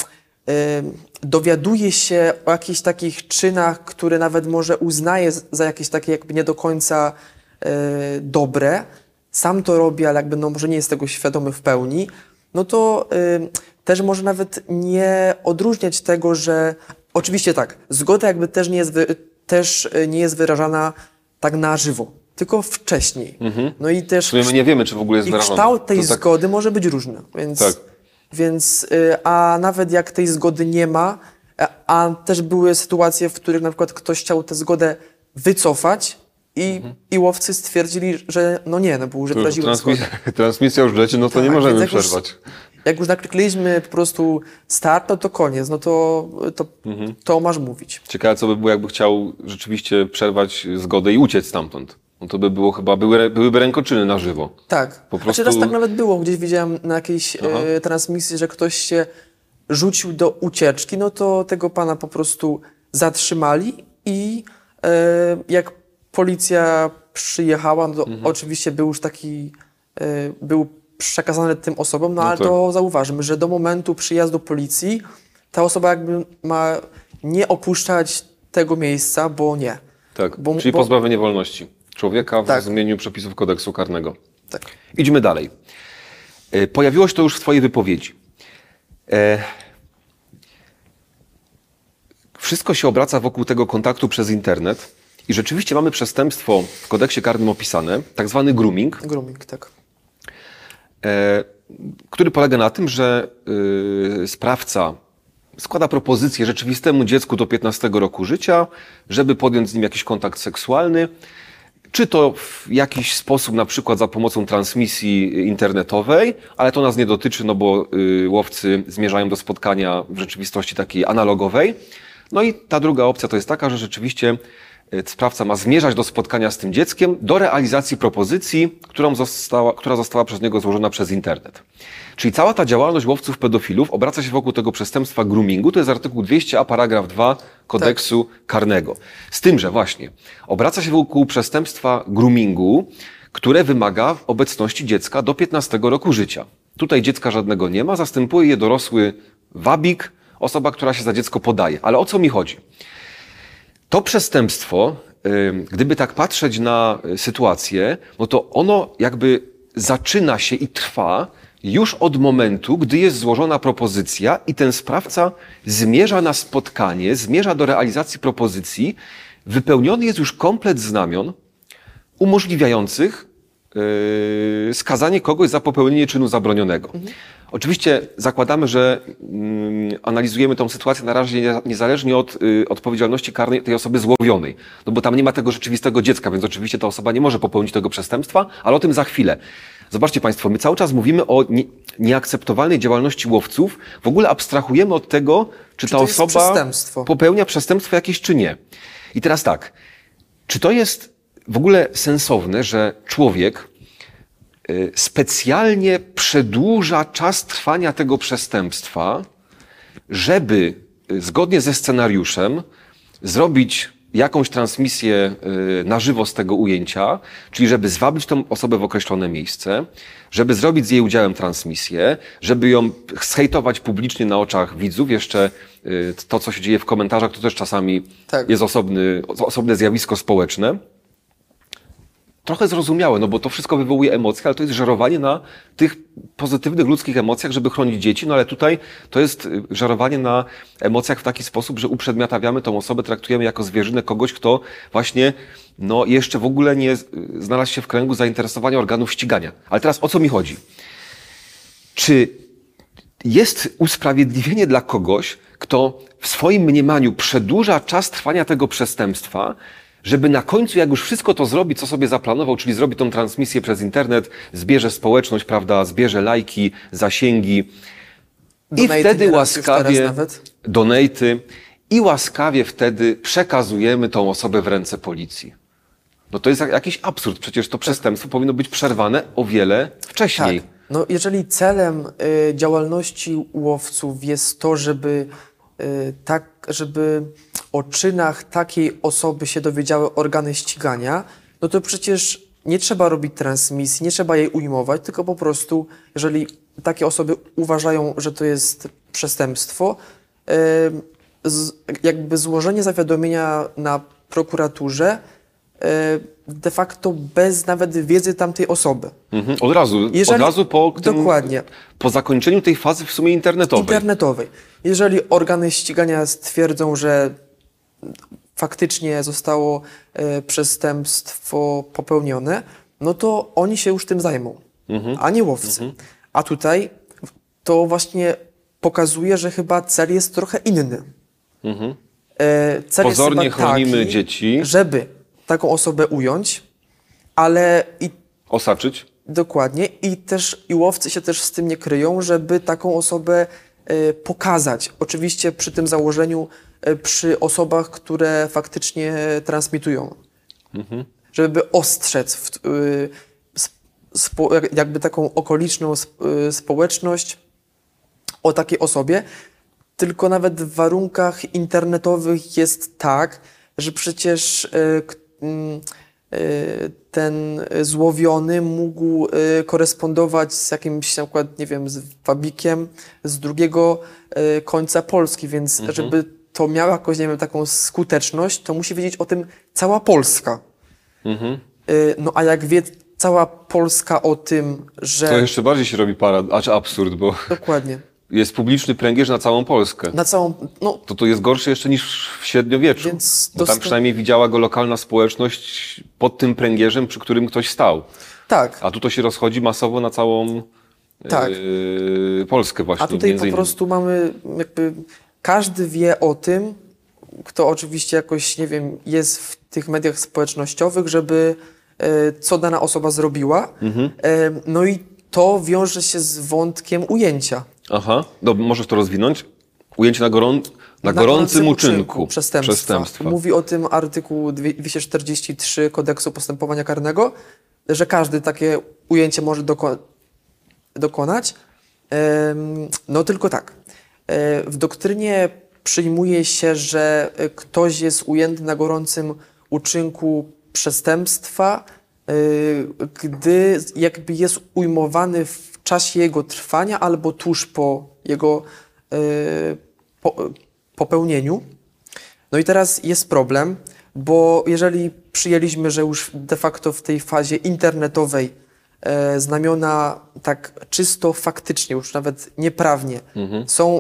dowiaduje się o jakichś takich czynach, które nawet może uznaje z- za jakieś takie jakby nie do końca e, dobre, sam to robi, ale jakby no może nie jest tego świadomy w pełni, no to y, też może nawet nie odróżniać tego, że oczywiście tak, zgoda jakby też nie jest, wy, też y, nie jest wyrażana tak na żywo, tylko wcześniej. No i też W sumie my nie wiemy, czy w ogóle jest i wyrażone. kształt tej To tak, zgody może być różny, więc, Tak. więc y, a nawet jak tej zgody nie ma, a, a też były sytuacje, w których na przykład ktoś chciał tę zgodę wycofać i, i łowcy stwierdzili, że no nie, no bo już wyraziłem zgodę. transmisja, transmisja już leci, no to nie Tak, możemy więc jak już- przerwać. Jak już naklikliśmy po prostu start, no to koniec, no to, to, to masz mówić. Ciekawe, co by było, jakby chciał rzeczywiście przerwać zgodę i uciec stamtąd. No to by było chyba, były, byłyby rękoczyny na żywo. Tak. Po Znaczy prostu- raz tak nawet było, gdzieś widziałem na jakiejś e, transmisji, że ktoś się rzucił do ucieczki, no to tego pana po prostu zatrzymali i e, jak policja przyjechała, no to Mhm. oczywiście był już taki, e, był przekazany tym osobom, no, No ale tak. to zauważmy, że do momentu przyjazdu policji ta osoba jakby ma nie opuszczać tego miejsca, bo nie. Tak, Bo- czyli bo- pozbawienie wolności człowieka w Tak. rozumieniu przepisów kodeksu karnego. Tak. Idźmy dalej. E, Pojawiło się to już w twojej wypowiedzi. E, Wszystko się obraca wokół tego kontaktu przez internet i rzeczywiście mamy przestępstwo w kodeksie karnym opisane, tak zwany grooming, Grooming, tak. e, który polega na tym, że y, sprawca składa propozycję rzeczywistemu dziecku do piętnastego roku życia, żeby podjąć z nim jakiś kontakt seksualny, czy to w jakiś sposób, na przykład za pomocą transmisji internetowej, ale to nas nie dotyczy, no bo y, łowcy zmierzają do spotkania w rzeczywistości takiej analogowej. No i ta druga opcja to jest taka, że rzeczywiście y, sprawca ma zmierzać do spotkania z tym dzieckiem, do realizacji propozycji, którą została, która została przez niego złożona przez internet. Czyli cała ta działalność łowców pedofilów obraca się wokół tego przestępstwa groomingu, to jest artykuł dwieście a paragraf dwa kodeksu karnego. Z tym, że właśnie obraca się wokół przestępstwa groomingu, które wymaga obecności dziecka do piętnastego roku życia. Tutaj dziecka żadnego nie ma, zastępuje je dorosły wabik, osoba, która się za dziecko podaje. Ale o co mi chodzi? To przestępstwo, y, gdyby tak patrzeć na y, sytuację, no to ono jakby zaczyna się i trwa już od momentu, gdy jest złożona propozycja i ten sprawca zmierza na spotkanie, zmierza do realizacji propozycji, wypełniony jest już komplet znamion umożliwiających yy, skazanie kogoś za popełnienie czynu zabronionego. Mhm. Oczywiście zakładamy, że yy, analizujemy tę sytuację na razie nie, niezależnie od yy, odpowiedzialności karnej tej osoby złowionej, no bo tam nie ma tego rzeczywistego dziecka, więc oczywiście ta osoba nie może popełnić tego przestępstwa, ale o tym za chwilę. Zobaczcie Państwo, my cały czas mówimy o nie, nieakceptowalnej działalności łowców, w ogóle abstrahujemy od tego, czy, Czy ta to jest osoba przestępstwo? popełnia przestępstwo jakieś, czy nie. I teraz tak, czy to jest w ogóle sensowne, że człowiek y, specjalnie przedłuża czas trwania tego przestępstwa, żeby y, zgodnie ze scenariuszem zrobić jakąś transmisję y, na żywo z tego ujęcia, czyli żeby zwabić tą osobę w określone miejsce, żeby zrobić z jej udziałem transmisję, żeby ją zhejtować publicznie na oczach widzów. Jeszcze y, to, co się dzieje w komentarzach, to też czasami Tak. jest osobny, osobne zjawisko społeczne. Trochę zrozumiałe, no bo to wszystko wywołuje emocje, ale to jest żerowanie na tych pozytywnych ludzkich emocjach, żeby chronić dzieci, no ale tutaj to jest żerowanie na emocjach w taki sposób, że uprzedmiotawiamy tą osobę, traktujemy jako zwierzynę kogoś, kto właśnie no jeszcze w ogóle nie znalazł się w kręgu zainteresowania organów ścigania. Ale teraz o co mi chodzi? Czy jest usprawiedliwienie dla kogoś, kto w swoim mniemaniu przedłuża czas trwania tego przestępstwa, żeby na końcu, jak już wszystko to zrobi, co sobie zaplanował, czyli zrobi tą transmisję przez internet, zbierze społeczność, prawda, zbierze lajki, zasięgi i Donaty wtedy teraz już łaskawie, teraz nawet. donaty, i łaskawie wtedy przekazujemy tą osobę w ręce policji. No to jest jak- jakiś absurd, przecież to przestępstwo powinno być przerwane o wiele wcześniej. Tak. No, jeżeli celem y, działalności łowców jest to, żeby y, tak, żeby o czynach takiej osoby się dowiedziały organy ścigania, no to przecież nie trzeba robić transmisji, nie trzeba jej ujmować, tylko po prostu, jeżeli takie osoby uważają, że to jest przestępstwo, y, z, jakby złożenie zawiadomienia na prokuraturze y, de facto bez nawet wiedzy tamtej osoby. Mhm. Od razu, Jeżeli- od razu po tym, Dokładnie. po zakończeniu tej fazy w sumie internetowej. Internetowej. Jeżeli organy ścigania stwierdzą, że faktycznie zostało e, przestępstwo popełnione, no to oni się już tym zajmą, a nie łowcy. A tutaj to właśnie pokazuje, że chyba cel jest trochę inny. Mhm. E, cel Pozornie jest chyba chronimy taki, dzieci. żeby taką osobę ująć, ale i Osaczyć. dokładnie. I też i łowcy się też z tym nie kryją, żeby taką osobę e, pokazać. Oczywiście przy tym założeniu, e, przy osobach, które faktycznie transmitują. Żeby ostrzec w, e, sp- spo, jak- jakby taką okoliczną sp- e, społeczność o takiej osobie. Tylko nawet w warunkach internetowych jest tak, że przecież e, k- mm, e, ten złowiony mógł e, korespondować z jakimś, na przykład, nie wiem, z wabikiem z drugiego e, końca Polski, więc żeby to miało jakąś, nie wiem, taką skuteczność, to musi wiedzieć o tym cała Polska. Mhm. Y, No a jak wie cała Polska o tym, że... To jeszcze bardziej się robi parad, a czy absurd, bo Dokładnie. jest publiczny pręgierz na całą Polskę. Na całą... No, To to jest gorsze jeszcze niż w średniowieczu. Więc Bo tam dosta- przynajmniej widziała go lokalna społeczność pod tym pręgierzem, przy którym ktoś stał. tak. A tu to się rozchodzi masowo na całą Tak. yy, Polskę właśnie. A tutaj między po innymi. prostu mamy jakby... Każdy wie o tym, kto oczywiście jakoś, nie wiem, jest w tych mediach społecznościowych, żeby e, co dana osoba zrobiła. Mhm. E, no i to wiąże się z wątkiem ujęcia. Aha, dobrze, możesz to rozwinąć? Ujęcie na, gorą... na, gorącym uczynku przestępstwa. przestępstwa. Mówi o tym artykuł dwieście czterdzieści trzy Kodeksu Postępowania Karnego, że każdy takie ujęcie może doko dokonać. Em, No tylko tak. E, W doktrynie przyjmuje się, że e, ktoś jest ujęty na gorącym uczynku przestępstwa, e, gdy jakby jest ujmowany w czasie jego trwania albo tuż po jego e, po, popełnieniu. No i teraz jest problem, bo jeżeli przyjęliśmy, że już de facto w tej fazie internetowej e, znamiona tak czysto faktycznie, już nawet nieprawnie, Mhm. są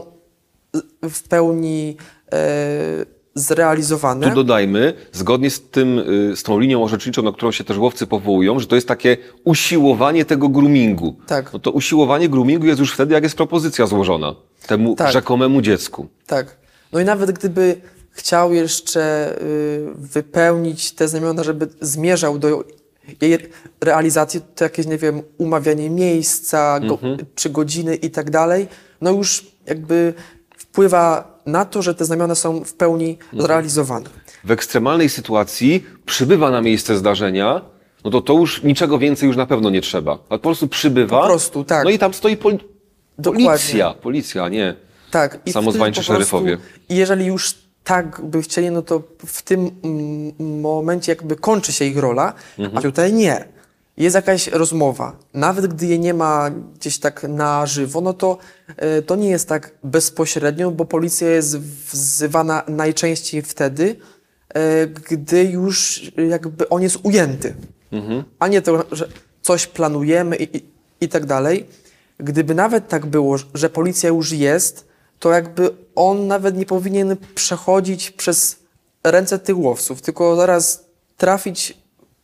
w pełni e, zrealizowane. Tu dodajmy, zgodnie z tym, y, z tą linią orzeczniczą, na którą się też łowcy powołują, że to jest takie usiłowanie tego groomingu. Tak. No to usiłowanie groomingu jest już wtedy, jak jest propozycja złożona temu Tak. rzekomemu dziecku. Tak. No i nawet gdyby chciał jeszcze y, wypełnić te znamiona, żeby zmierzał do jej realizacji, to jakieś, nie wiem, umawianie miejsca, go, czy godziny i tak dalej, no już jakby wpływa na to, że te znamiona są w pełni zrealizowane. W ekstremalnej sytuacji przybywa na miejsce zdarzenia, no to to już niczego więcej już na pewno nie trzeba. A po prostu przybywa. Po prostu, tak. No i tam stoi poli Dokładnie. policja, policja, nie. Tak. I Samozwańczy wtedy po prostu- szeryfowie. I jeżeli już tak by chcieli, no to w tym mm, momencie jakby kończy się ich rola, a tutaj nie. Jest jakaś rozmowa. Nawet gdy jej nie ma gdzieś tak na żywo, no to e, to nie jest tak bezpośrednio, bo policja jest wzywana najczęściej wtedy, e, gdy już jakby on jest ujęty. A nie to, że coś planujemy i, i, i tak dalej. Gdyby nawet tak było, że policja już jest, to jakby on nawet nie powinien przechodzić przez ręce tych łowców, tylko zaraz trafić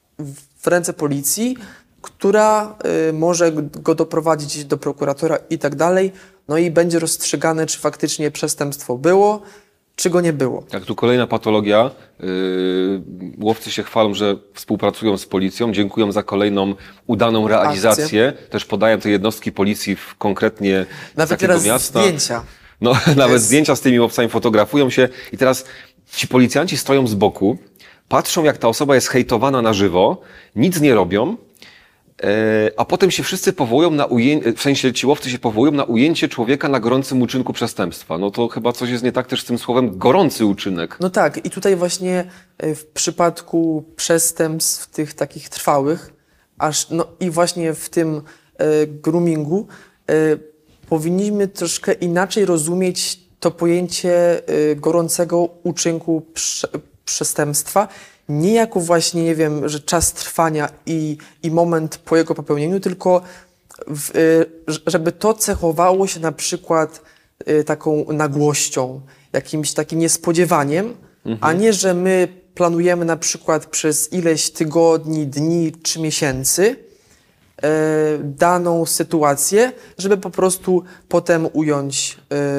w ręce policji, która y, może go doprowadzić do prokuratora i tak dalej, no i będzie rozstrzygane, czy faktycznie przestępstwo było, czy go nie było. Tak, tu kolejna patologia. Yy, łowcy się chwalą, że współpracują z policją, dziękują za kolejną udaną realizację. Też podają te jednostki policji w konkretnie z Nawet takiego teraz miasta. zdjęcia. No, nawet jest- zdjęcia z tymi łowcami fotografują się i teraz ci policjanci stoją z boku, patrzą jak ta osoba jest hejtowana na żywo, nic nie robią, e, a potem się wszyscy powołują na ujęcie, w sensie ci łowcy się powołują na ujęcie człowieka na gorącym uczynku przestępstwa. No to chyba coś jest nie tak też z tym słowem gorący uczynek. No tak, i tutaj właśnie e, w przypadku przestępstw tych takich trwałych, aż no i właśnie w tym e, groomingu e, powinniśmy troszkę inaczej rozumieć to pojęcie e, gorącego uczynku prze, przestępstwa, nie jako właśnie, nie wiem, że czas trwania i, i moment po jego popełnieniu, tylko w, e, żeby to cechowało się na przykład e, taką nagłością, jakimś takim niespodziewaniem, a nie, że my planujemy na przykład przez ileś tygodni, dni czy miesięcy e, daną sytuację, żeby po prostu potem ująć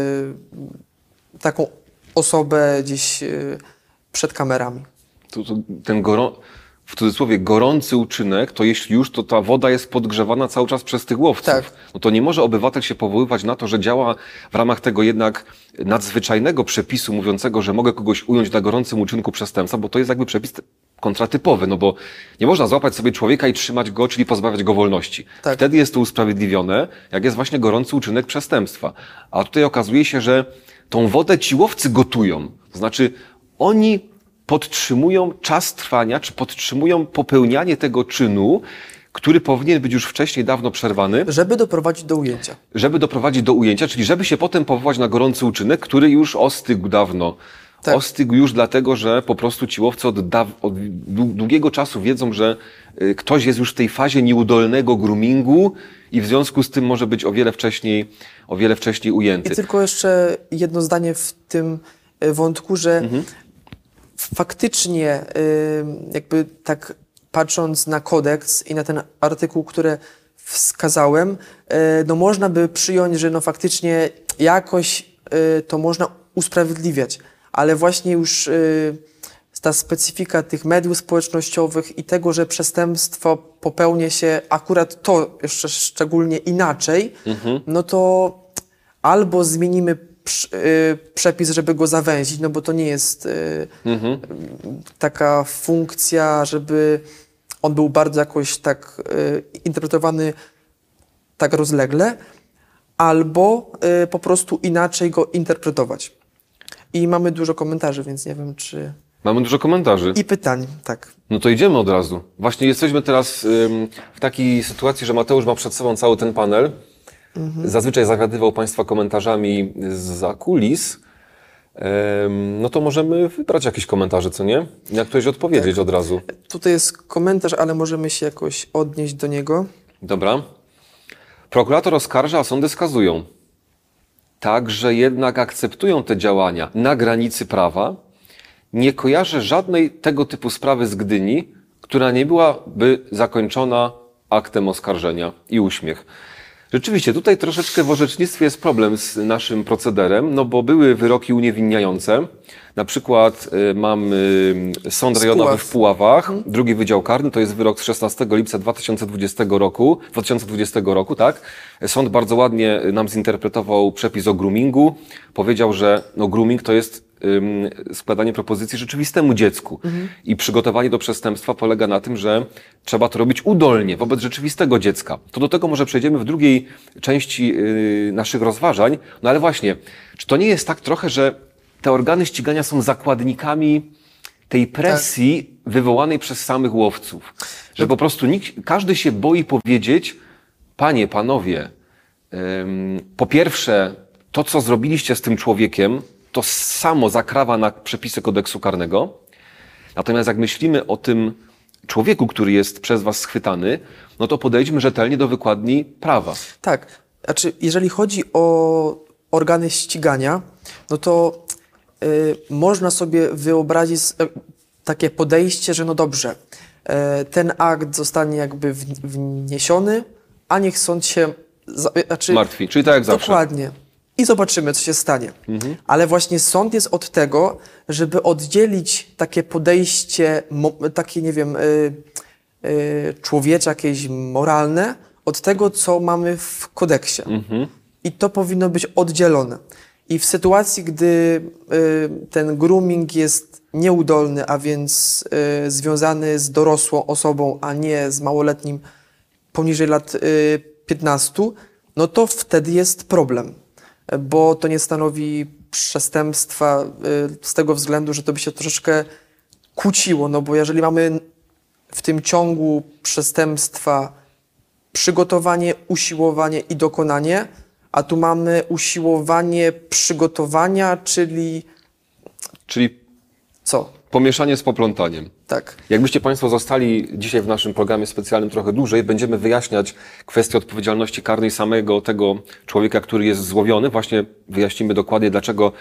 e, taką osobę gdzieś e, przed kamerami. To, to, ten gorą, w cudzysłowie gorący uczynek, to jeśli już, to ta woda jest podgrzewana cały czas przez tych łowców. Tak. No to nie może obywatel się powoływać na to, że działa w ramach tego jednak nadzwyczajnego przepisu mówiącego, że mogę kogoś ująć na gorącym uczynku przestępstwa, bo to jest jakby przepis kontratypowy, no bo nie można złapać sobie człowieka i trzymać go, czyli pozbawiać go wolności. Tak. Wtedy jest to usprawiedliwione, jak jest właśnie gorący uczynek przestępstwa. A tutaj okazuje się, że tą wodę ci łowcy gotują. To znaczy oni podtrzymują czas trwania, czy podtrzymują popełnianie tego czynu, który powinien być już wcześniej dawno przerwany, Żeby doprowadzić do ujęcia. żeby doprowadzić do ujęcia, czyli żeby się potem powołać na gorący uczynek, który już ostygł dawno. Tak. Ostygł już dlatego, że po prostu ci łowcy od, daw, od długiego czasu wiedzą, że y, ktoś jest już w tej fazie nieudolnego groomingu i w związku z tym może być o wiele wcześniej, o wiele wcześniej ujęty. I tylko jeszcze jedno zdanie w tym y, wątku, że Mhm. faktycznie y, jakby tak patrząc na kodeks i na ten artykuł, który wskazałem, y, no można by przyjąć, że no faktycznie jakoś y, to można usprawiedliwiać, ale właśnie już y, ta specyfika tych mediów społecznościowych i tego, że przestępstwo popełnia się akurat to jeszcze szczególnie inaczej, no to albo zmienimy prz- y, przepis, żeby go zawęzić, no bo to nie jest y, taka funkcja, żeby on był bardzo jakoś tak y, interpretowany tak rozlegle, albo y, po prostu inaczej go interpretować. I mamy dużo komentarzy, więc nie wiem, czy... Mamy dużo komentarzy. I pytań, tak. No to idziemy od razu. Właśnie jesteśmy teraz ym, w takiej sytuacji, że Mateusz ma przed sobą cały ten panel. Zazwyczaj zawiadywał Państwa komentarzami zza kulis. Ym, no to możemy wybrać jakieś komentarze, co nie? I na któreś odpowiedzieć od razu. Tutaj jest komentarz, ale możemy się jakoś odnieść do niego. Dobra. Prokurator oskarża, a sądy skazują. Także jednak akceptują te działania na granicy prawa. Nie kojarzę żadnej tego typu sprawy z Gdyni, która nie byłaby zakończona aktem oskarżenia. I uśmiech. Rzeczywiście, tutaj troszeczkę w orzecznictwie jest problem z naszym procederem, no bo były wyroki uniewinniające. Na przykład y, mamy Sąd Z Rejonowy Puław. w Puławach, drugi Wydział Karny, to jest wyrok z szesnastego lipca dwa tysiące dwudziestego roku, dwa tysiące dwudziestego roku, tak? Sąd bardzo ładnie nam zinterpretował przepis o groomingu. Powiedział, że no, grooming to jest ym, składanie propozycji rzeczywistemu dziecku. I przygotowanie do przestępstwa polega na tym, że trzeba to robić udolnie, wobec rzeczywistego dziecka. To do tego może przejdziemy w drugiej części yy, naszych rozważań. No ale właśnie, czy to nie jest tak trochę, że te organy ścigania są zakładnikami tej presji wywołanej przez samych łowców? Że po prostu nikt, każdy się boi powiedzieć, panie, panowie, ym, po pierwsze, to co zrobiliście z tym człowiekiem, to samo zakrawa na przepisy kodeksu karnego. Natomiast jak myślimy o tym człowieku, który jest przez was schwytany, no to podejdźmy rzetelnie do wykładni prawa. Tak, znaczy jeżeli chodzi o organy ścigania, no to y, można sobie wyobrazić y, takie podejście, że no dobrze, y, ten akt zostanie jakby w, wniesiony, a niech sąd się... Za, znaczy, Martwi, czyli tak jak zawsze. Dokładnie. I zobaczymy, co się stanie. Ale właśnie sąd jest od tego, żeby oddzielić takie podejście, mo, takie, nie wiem, y, y, człowiecze, jakieś moralne, od tego, co mamy w kodeksie. I to powinno być oddzielone. I w sytuacji, gdy y, ten grooming jest nieudolny, a więc y, związany z dorosłą osobą, a nie z małoletnim poniżej lat y, piętnastu, no to wtedy jest problem. Bo to nie stanowi przestępstwa y, z tego względu, że to by się troszeczkę kłóciło, no bo jeżeli mamy w tym ciągu przestępstwa przygotowanie, usiłowanie i dokonanie, a tu mamy usiłowanie przygotowania, czyli Czyli co? pomieszanie z poplątaniem. Tak. Jakbyście Państwo zostali dzisiaj w naszym programie specjalnym trochę dłużej, będziemy wyjaśniać kwestię odpowiedzialności karnej samego tego człowieka, który jest złowiony. Właśnie wyjaśnimy dokładnie, dlaczego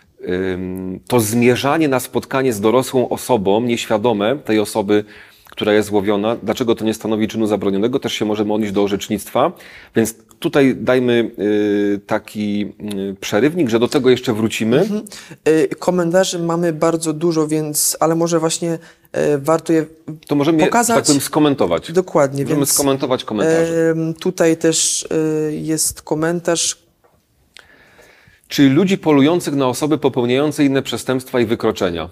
ym, to zmierzanie na spotkanie z dorosłą osobą, nieświadome tej osoby, która jest złowiona, dlaczego to nie stanowi czynu zabronionego, też się możemy odnieść do orzecznictwa. Więc tutaj dajmy y, taki y, przerywnik, że do tego jeszcze wrócimy. Mhm. Y, komentarzy mamy bardzo dużo, więc, ale może właśnie y, warto je To możemy je, pokazać. tak powiem, skomentować. Dokładnie, Możemy więc skomentować komentarze. y, tutaj też y, jest komentarz. Czyli ludzi polujących na osoby popełniające inne przestępstwa i wykroczenia.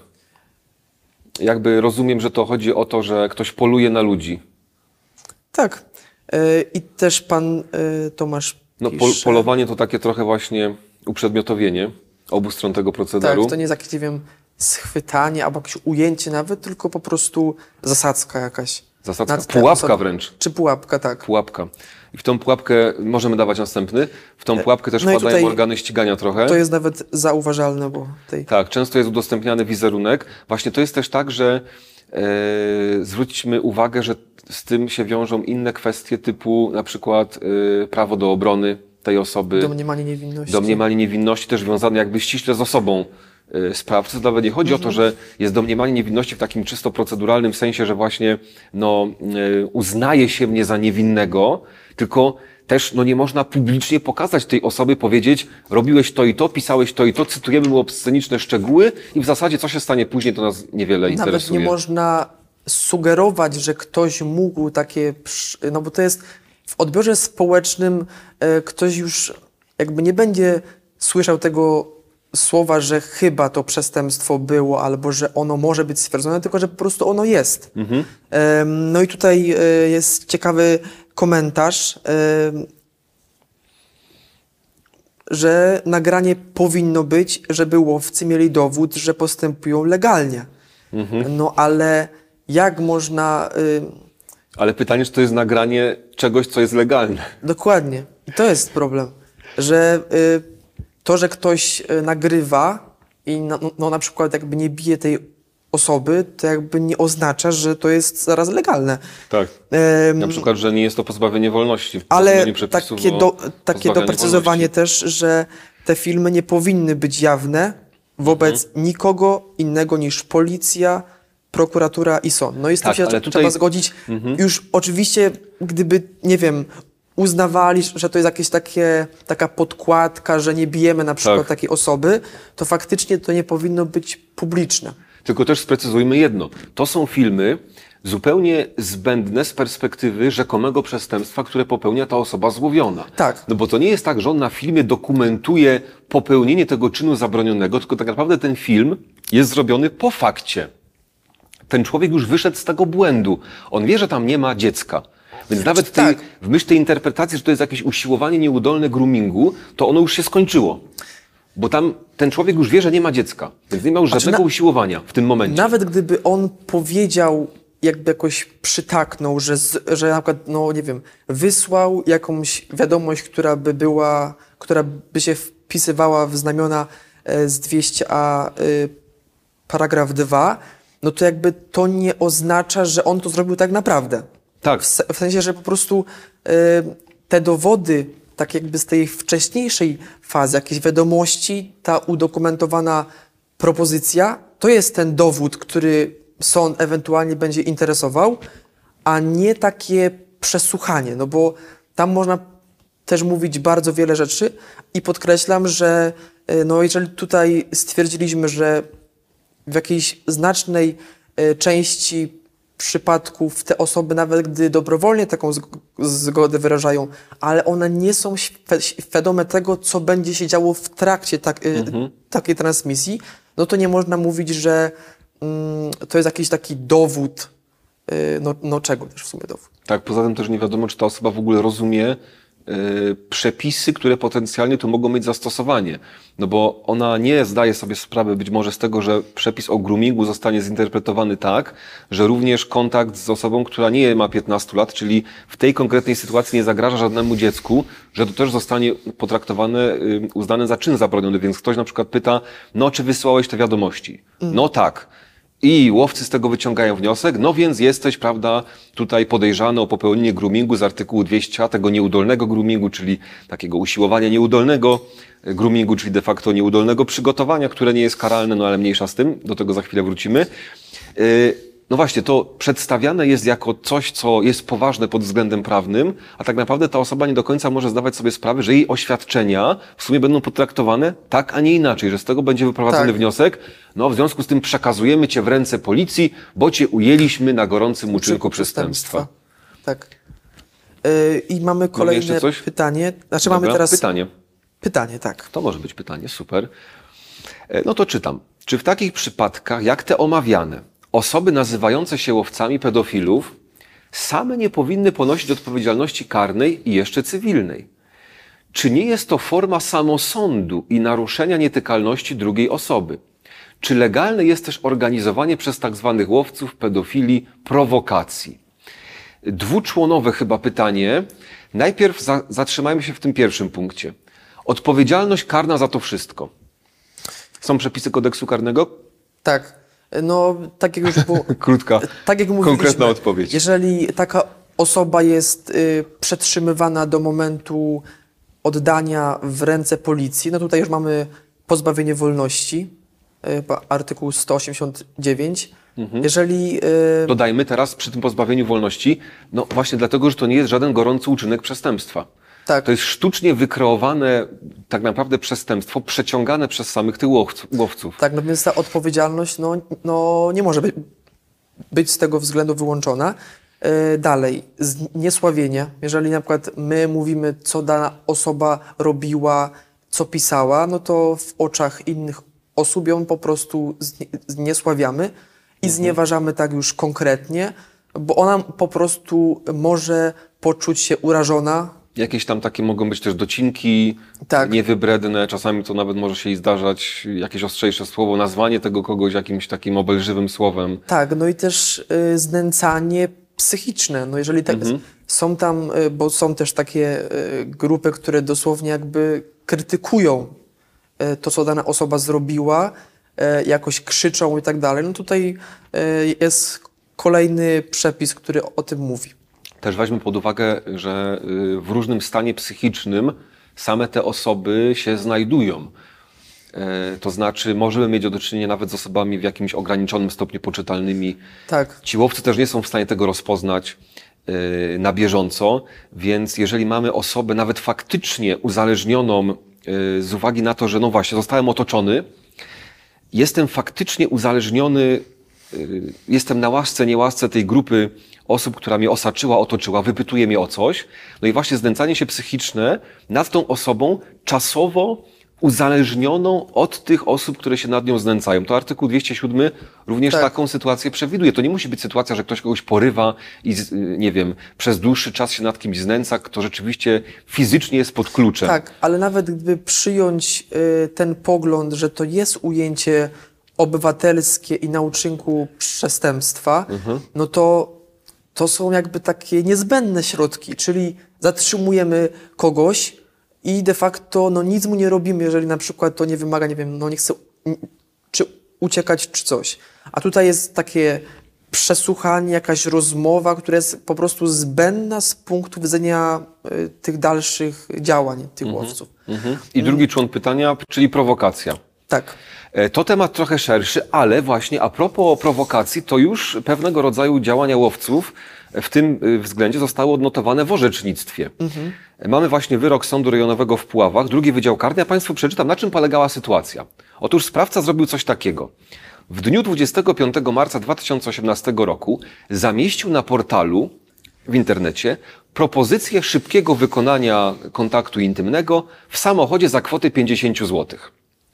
Jakby rozumiem, że to chodzi o to, że ktoś poluje na ludzi. Tak. Y, I też pan y, Tomasz No, pisze. pol, polowanie to takie trochę właśnie uprzedmiotowienie obu stron tego procederu. Tak, to nie jest jakieś, nie wiem, schwytanie albo jakieś ujęcie nawet, tylko po prostu zasadzka jakaś. Zasadzka, nad te pułapka osoby. wręcz. Czy pułapka, tak. Pułapka. I w tą pułapkę możemy dawać następny. W tą pułapkę też No i wpadają tutaj organy ścigania trochę. To jest nawet zauważalne, bo tej... Tak, często jest udostępniany wizerunek. Właśnie to jest też tak, że e, zwróćmy uwagę, że z tym się wiążą inne kwestie typu na przykład e, prawo do obrony tej osoby, Domniemanie niewinności. domniemanie niewinności też wiązane jakby ściśle z osobą e, sprawcy. To nawet nie chodzi Mhm. o to, że jest domniemanie niewinności w takim czysto proceduralnym sensie, że właśnie no, e, uznaje się mnie za niewinnego, tylko też no, nie można publicznie pokazać tej osoby, powiedzieć, robiłeś to i to, pisałeś to i to, cytujemy mu obsceniczne szczegóły i w zasadzie co się stanie później, to nas niewiele Nawet interesuje. nie można sugerować, że ktoś mógł takie, przy- no bo to jest w odbiorze społecznym e, ktoś już jakby nie będzie słyszał tego słowa, że chyba to przestępstwo było, albo że ono może być stwierdzone, tylko że po prostu ono jest. Mhm. Em, No i tutaj e, jest ciekawy komentarz, em, że nagranie powinno być, żeby łowcy mieli dowód, że postępują legalnie. No ale jak można... Y, Ale pytanie, czy to jest nagranie czegoś, co jest legalne? dokładnie. I to jest problem, że y, to, że ktoś y, nagrywa i na, no, no, na przykład jakby nie bije tej osoby, to jakby nie oznacza, że to jest zaraz legalne. Tak. Em, Na przykład, że nie jest to pozbawienie wolności. Ale Stosowanie przepisów takie, o do, takie pozbawianiu doprecyzowanie wolności. też, że te filmy nie powinny być jawne wobec Mhm. nikogo innego niż policja, prokuratura i sąd. No i z tym Tak, się ale trzeba tutaj- zgodzić. Mhm. Już oczywiście, gdyby, nie wiem, uznawali, że to jest jakieś takie, taka podkładka, że nie bijemy na przykład Tak. takiej osoby, to faktycznie to nie powinno być publiczne. Tylko też sprecyzujmy jedno. To są filmy zupełnie zbędne z perspektywy rzekomego przestępstwa, które popełnia ta osoba złowiona. Tak. No bo to nie jest tak, że on na filmie dokumentuje popełnienie tego czynu zabronionego, tylko tak naprawdę ten film jest zrobiony po fakcie. Ten człowiek już wyszedł z tego błędu. On wie, że tam nie ma dziecka. Więc nawet w, tej, tak. w myśl tej interpretacji, że to jest jakieś usiłowanie nieudolne groomingu, to ono już się skończyło. Bo tam ten człowiek już wie, że nie ma dziecka. Więc nie ma już Znaczy, żadnego na- usiłowania w tym momencie. Nawet gdyby on powiedział, jakby jakoś przytaknął, że, z, że na przykład, no nie wiem, wysłał jakąś wiadomość, która by była, która by się wpisywała w znamiona e, z dwieście a y, paragraf dwa, no to jakby to nie oznacza, że on to zrobił tak naprawdę. Tak. W, se, w sensie, że po prostu y, te dowody, tak jakby z tej wcześniejszej fazy, jakieś wiadomości, ta udokumentowana propozycja, to jest ten dowód, który sąd ewentualnie będzie interesował, a nie takie przesłuchanie, no bo tam można też mówić bardzo wiele rzeczy i podkreślam, że y, no jeżeli tutaj stwierdziliśmy, że w jakiejś znacznej y, części przypadków te osoby, nawet gdy dobrowolnie taką zg- zgodę wyrażają, ale one nie są świ- świadome tego, co będzie się działo w trakcie tak, y, takiej transmisji, no to nie można mówić, że mm, to jest jakiś taki dowód, y, no, no czego też w sumie dowód. Tak, poza tym też nie wiadomo, czy ta osoba w ogóle rozumie y, przepisy, które potencjalnie tu mogą mieć zastosowanie. No bo ona nie zdaje sobie sprawy być może z tego, że przepis o groomingu zostanie zinterpretowany tak, że również kontakt z osobą, która nie ma piętnastu lat, czyli w tej konkretnej sytuacji nie zagraża żadnemu dziecku, że to też zostanie potraktowane, y, uznane za czyn zabroniony. Więc ktoś na przykład pyta, no czy wysłałeś te wiadomości? No tak. I łowcy z tego wyciągają wniosek, no więc jesteś, prawda, tutaj podejrzany o popełnienie groomingu z artykułu dwieście a, tego nieudolnego groomingu, czyli takiego usiłowania nieudolnego groomingu, czyli de facto nieudolnego przygotowania, które nie jest karalne, no ale mniejsza z tym, do tego za chwilę wrócimy. Yy, No właśnie, to przedstawiane jest jako coś, co jest poważne pod względem prawnym, a tak naprawdę ta osoba nie do końca może zdawać sobie sprawy, że jej oświadczenia w sumie będą potraktowane tak, a nie inaczej, że z tego będzie wyprowadzony Tak. wniosek, no w związku z tym przekazujemy cię w ręce policji, bo cię ujęliśmy na gorącym uczynku przestępstwa. Tak. Y, I mamy kolejne jeszcze coś? pytanie. Znaczy Dobra, mamy teraz pytanie. pytanie, tak. To może być pytanie, super. E, No to czytam. Czy w takich przypadkach, jak te omawiane, osoby nazywające się łowcami pedofilów same nie powinny ponosić odpowiedzialności karnej i jeszcze cywilnej? Czy nie jest to forma samosądu i naruszenia nietykalności drugiej osoby? Czy legalne jest też organizowanie przez tak zwanych łowców pedofili prowokacji? dwuczłonowe chyba pytanie. Najpierw za, zatrzymajmy się w tym pierwszym punkcie. Odpowiedzialność karna za to wszystko. Są przepisy kodeksu karnego? Tak. No, tak jak już było... Krótka, tak jak mówiliśmy, konkretna odpowiedź. Jeżeli taka osoba jest y, przetrzymywana do momentu oddania w ręce policji, no tutaj już mamy pozbawienie wolności, y, artykuł sto osiemdziesiąt dziewięć. Mhm. Jeżeli... Y, Dodajmy teraz przy tym pozbawieniu wolności, no właśnie dlatego, że to nie jest żaden gorący uczynek przestępstwa. tak. To jest sztucznie wykreowane tak naprawdę przestępstwo, przeciągane przez samych tych łowców. Tak, no więc ta odpowiedzialność no, no, nie może być, być z tego względu wyłączona. Yy, dalej, zniesławienie. Jeżeli na przykład my mówimy, co dana osoba robiła, co pisała, no to w oczach innych osób ją po prostu zniesławiamy i mhm. znieważamy tak już konkretnie, bo ona po prostu może poczuć się urażona. Jakieś tam takie mogą być też docinki, tak. niewybredne, czasami to nawet może się jej zdarzać, jakieś ostrzejsze słowo, nazwanie tego kogoś jakimś takim obelżywym słowem. Tak, no i też y, znęcanie psychiczne. No jeżeli tak, mhm. są tam, y, bo są też takie y, grupy, które dosłownie jakby krytykują y, to, co dana osoba zrobiła, y, jakoś krzyczą i tak dalej, no tutaj y, jest kolejny przepis, który o tym mówi. Też weźmy pod uwagę, że w różnym stanie psychicznym same te osoby się znajdują. To znaczy możemy mieć do czynienia nawet z osobami w jakimś ograniczonym stopniu poczytalnymi. Tak. Ci łowcy też nie są w stanie tego rozpoznać na bieżąco, więc jeżeli mamy osobę nawet faktycznie uzależnioną z uwagi na to, że no właśnie zostałem otoczony, jestem faktycznie uzależniony, jestem na łasce, niełasce tej grupy osób, która mnie osaczyła, otoczyła, wypytuje mnie o coś. No i właśnie znęcanie się psychiczne nad tą osobą czasowo uzależnioną od tych osób, które się nad nią znęcają. To artykuł dwieście siedem również tak. taką sytuację przewiduje. To nie musi być sytuacja, że ktoś kogoś porywa i, nie wiem, przez dłuższy czas się nad kimś znęca, kto rzeczywiście fizycznie jest pod kluczem. Tak, ale nawet gdyby przyjąć y, ten pogląd, że to jest ujęcie obywatelskie i na uczynku przestępstwa, mhm. no to to są jakby takie niezbędne środki, czyli zatrzymujemy kogoś i de facto no nic mu nie robimy, jeżeli na przykład to nie wymaga, nie wiem, no nie chce czy uciekać, czy coś. A tutaj jest takie przesłuchanie, jakaś rozmowa, która jest po prostu zbędna z punktu widzenia y, tych dalszych działań tych mhm. łowców. Mhm. I drugi człon pytania, czyli prowokacja. Tak. To temat trochę szerszy, ale właśnie a propos prowokacji, to już pewnego rodzaju działania łowców w tym względzie zostały odnotowane w orzecznictwie. Mhm. Mamy właśnie wyrok Sądu Rejonowego w Puławach, drugi Wydział Karny. Ja Państwu przeczytam, na czym polegała sytuacja. Otóż sprawca zrobił coś takiego. W dniu dwudziestego piątego marca dwa tysiące osiemnastego roku zamieścił na portalu w internecie propozycję szybkiego wykonania kontaktu intymnego w samochodzie za kwotę pięćdziesiąt złotych.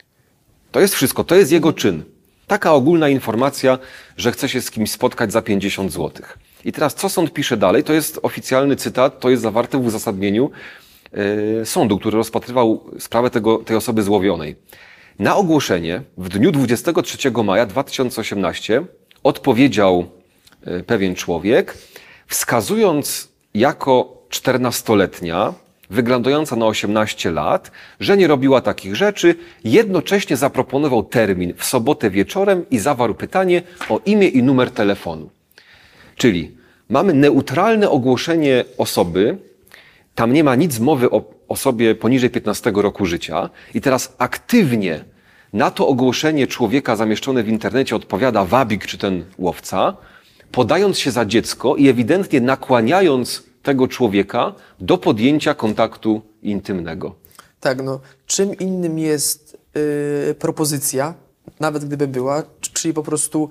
To jest wszystko, to jest jego czyn. Taka ogólna informacja, że chce się z kimś spotkać za pięćdziesiąt złotych. I teraz co sąd pisze dalej? To jest oficjalny cytat, to jest zawarte w uzasadnieniu yy, sądu, który rozpatrywał sprawę tego, tej osoby złowionej. Na ogłoszenie w dniu dwudziestego trzeciego maja dwa tysiące osiemnastego odpowiedział yy, pewien człowiek, wskazując jako czternastoletnia, wyglądająca na osiemnaście lat, że nie robiła takich rzeczy, jednocześnie zaproponował termin w sobotę wieczorem i zawarł pytanie o imię i numer telefonu. Czyli mamy neutralne ogłoszenie osoby, tam nie ma nic mowy o osobie poniżej piętnastego roku życia i teraz aktywnie na to ogłoszenie człowieka zamieszczone w internecie odpowiada wabik czy ten łowca, podając się za dziecko i ewidentnie nakłaniając tego człowieka do podjęcia kontaktu intymnego. Tak, no czym innym jest yy, propozycja, nawet gdyby była, czyli po prostu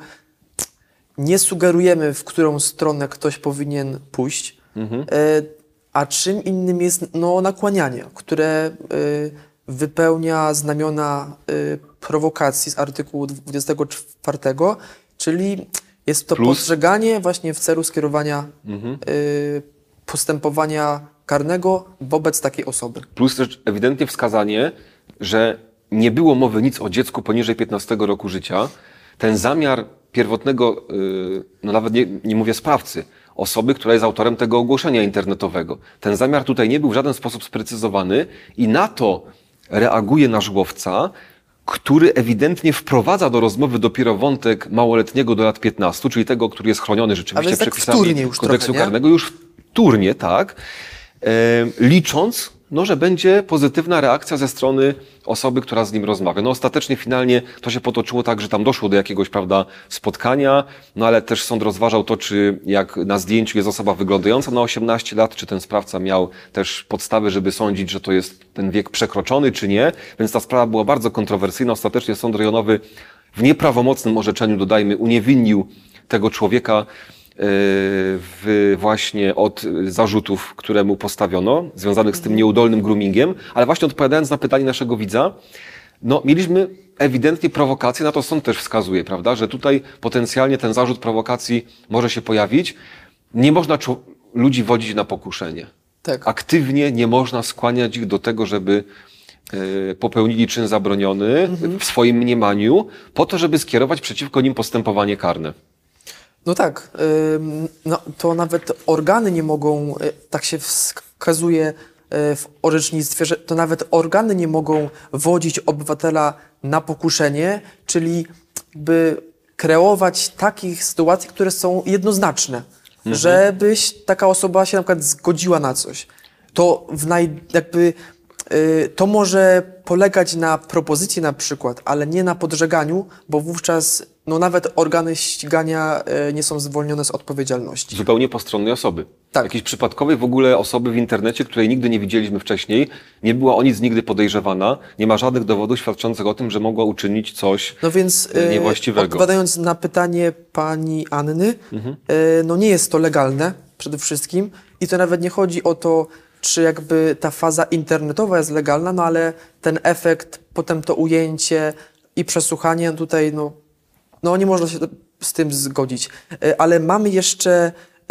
nie sugerujemy, w którą stronę ktoś powinien pójść, mhm. yy, a czym innym jest no, nakłanianie, które yy, wypełnia znamiona yy, prowokacji z artykułu dwudziestego czwartego, czyli jest to Plus... podżeganie właśnie w celu skierowania mhm. yy, postępowania karnego wobec takiej osoby. Plus też ewidentnie wskazanie, że nie było mowy nic o dziecku poniżej piętnastego roku życia. Ten zamiar pierwotnego, no nawet nie, nie mówię sprawcy, osoby, która jest autorem tego ogłoszenia internetowego. Ten zamiar tutaj nie był w żaden sposób sprecyzowany i na to reaguje nasz łowca, który ewidentnie wprowadza do rozmowy dopiero wątek małoletniego do lat piętnastu, czyli tego, który jest chroniony rzeczywiście jest tak przepisami wtórnie już kodeksu trochę, nie? karnego, już wtórnie, tak, e, licząc, no, że będzie pozytywna reakcja ze strony osoby, która z nim rozmawia. No ostatecznie, finalnie to się potoczyło tak, że tam doszło do jakiegoś, prawda, spotkania, no ale też sąd rozważał to, czy jak na zdjęciu jest osoba wyglądająca na osiemnaście lat, czy ten sprawca miał też podstawy, żeby sądzić, że to jest ten wiek przekroczony, czy nie. Więc ta sprawa była bardzo kontrowersyjna. Ostatecznie sąd rejonowy w nieprawomocnym orzeczeniu, dodajmy, uniewinnił tego człowieka w właśnie od zarzutów, które mu postawiono, związanych z tym nieudolnym groomingiem, ale właśnie odpowiadając na pytanie naszego widza, no mieliśmy ewidentnie prowokację, na to sąd też wskazuje, prawda, że tutaj potencjalnie ten zarzut prowokacji może się pojawić. Nie można ludzi wodzić na pokuszenie. Tak. Aktywnie nie można skłaniać ich do tego, żeby e, popełnili czyn zabroniony mhm. w swoim mniemaniu, po to, żeby skierować przeciwko nim postępowanie karne. No tak, ym, no, to nawet organy nie mogą, y, tak się wskazuje y, w orzecznictwie, że to nawet organy nie mogą wodzić obywatela na pokuszenie, czyli by kreować takich sytuacji, które są jednoznaczne, mhm. żebyś taka osoba się na przykład zgodziła na coś. To w naj, jakby y, to może polegać na propozycji na przykład, ale nie na podżeganiu, bo wówczas no nawet organy ścigania y, nie są zwolnione z odpowiedzialności. Zupełnie postronnej osoby. Tak. Jakiejś przypadkowej w ogóle osoby w internecie, której nigdy nie widzieliśmy wcześniej, nie była o nic nigdy podejrzewana, nie ma żadnych dowodów świadczących o tym, że mogła uczynić coś no więc, y, niewłaściwego. Odpowiadając na pytanie pani Anny, mhm. y, no nie jest to legalne przede wszystkim i to nawet nie chodzi o to, czy jakby ta faza internetowa jest legalna, no ale ten efekt, potem to ujęcie i przesłuchanie tutaj, no No nie można się z tym zgodzić. Ale mamy jeszcze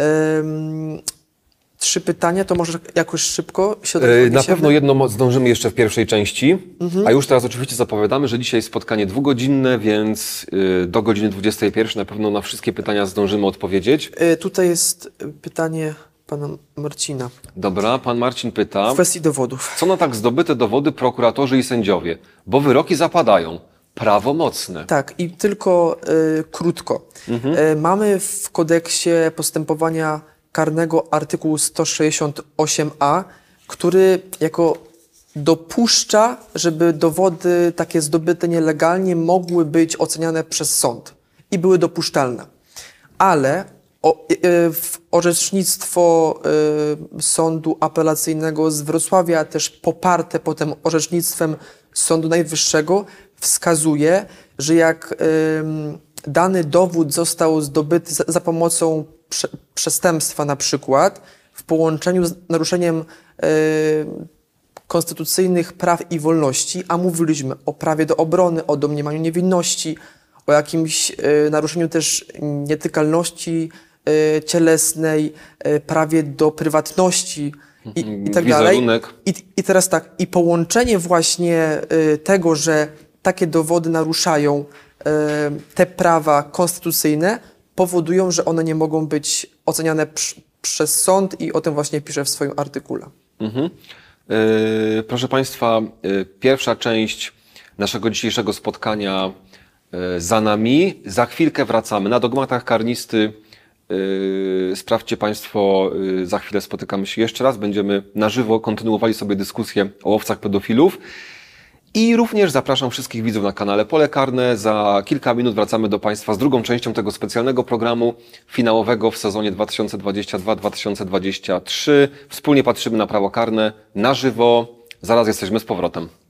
um, trzy pytania, to może jakoś szybko się odniesiemy. Na pewno jedno zdążymy jeszcze w pierwszej części, mhm. a już teraz oczywiście zapowiadamy, że dzisiaj spotkanie dwugodzinne, więc do godziny dwudziestej pierwszej na pewno na wszystkie pytania zdążymy odpowiedzieć. Tutaj jest pytanie pana Marcina. Dobra, pan Marcin pyta. W kwestii dowodów. Co na tak zdobyte dowody prokuratorzy i sędziowie? Bo wyroki zapadają. Prawomocne. Tak, i tylko y, krótko. Mhm. Y, mamy w kodeksie postępowania karnego artykuł sto sześćdziesiąt osiem a, który jako dopuszcza, żeby dowody takie zdobyte nielegalnie mogły być oceniane przez sąd i były dopuszczalne. Ale o, y, w orzecznictwo y, Sądu Apelacyjnego z Wrocławia, też poparte potem orzecznictwem Sądu Najwyższego, wskazuje, że jak y, dany dowód został zdobyty za, za pomocą prze, przestępstwa na przykład, w połączeniu z naruszeniem y, konstytucyjnych praw i wolności, a mówiliśmy o prawie do obrony, o domniemaniu niewinności, o jakimś y, naruszeniu też nietykalności y, cielesnej, y, prawie do prywatności i, i tak dalej. I, I teraz tak, i połączenie właśnie y, tego, że takie dowody naruszają y, te prawa konstytucyjne, powodują, że one nie mogą być oceniane pr- przez sąd i o tym właśnie piszę w swoim artykule. Mhm. Yy, proszę Państwa, yy, pierwsza część naszego dzisiejszego spotkania yy, za nami. Za chwilkę wracamy na dogmatach karnisty. Yy, sprawdźcie Państwo, yy, za chwilę spotykamy się jeszcze raz. Będziemy na żywo kontynuowali sobie dyskusję o łowcach pedofilów. I również zapraszam wszystkich widzów na kanale Pole Karne. Za kilka minut wracamy do Państwa z drugą częścią tego specjalnego programu finałowego w sezonie dwa tysiące dwudziestym drugim do dwa tysiące dwudziestego trzeciego. Wspólnie patrzymy na prawo karne na żywo. Zaraz jesteśmy z powrotem.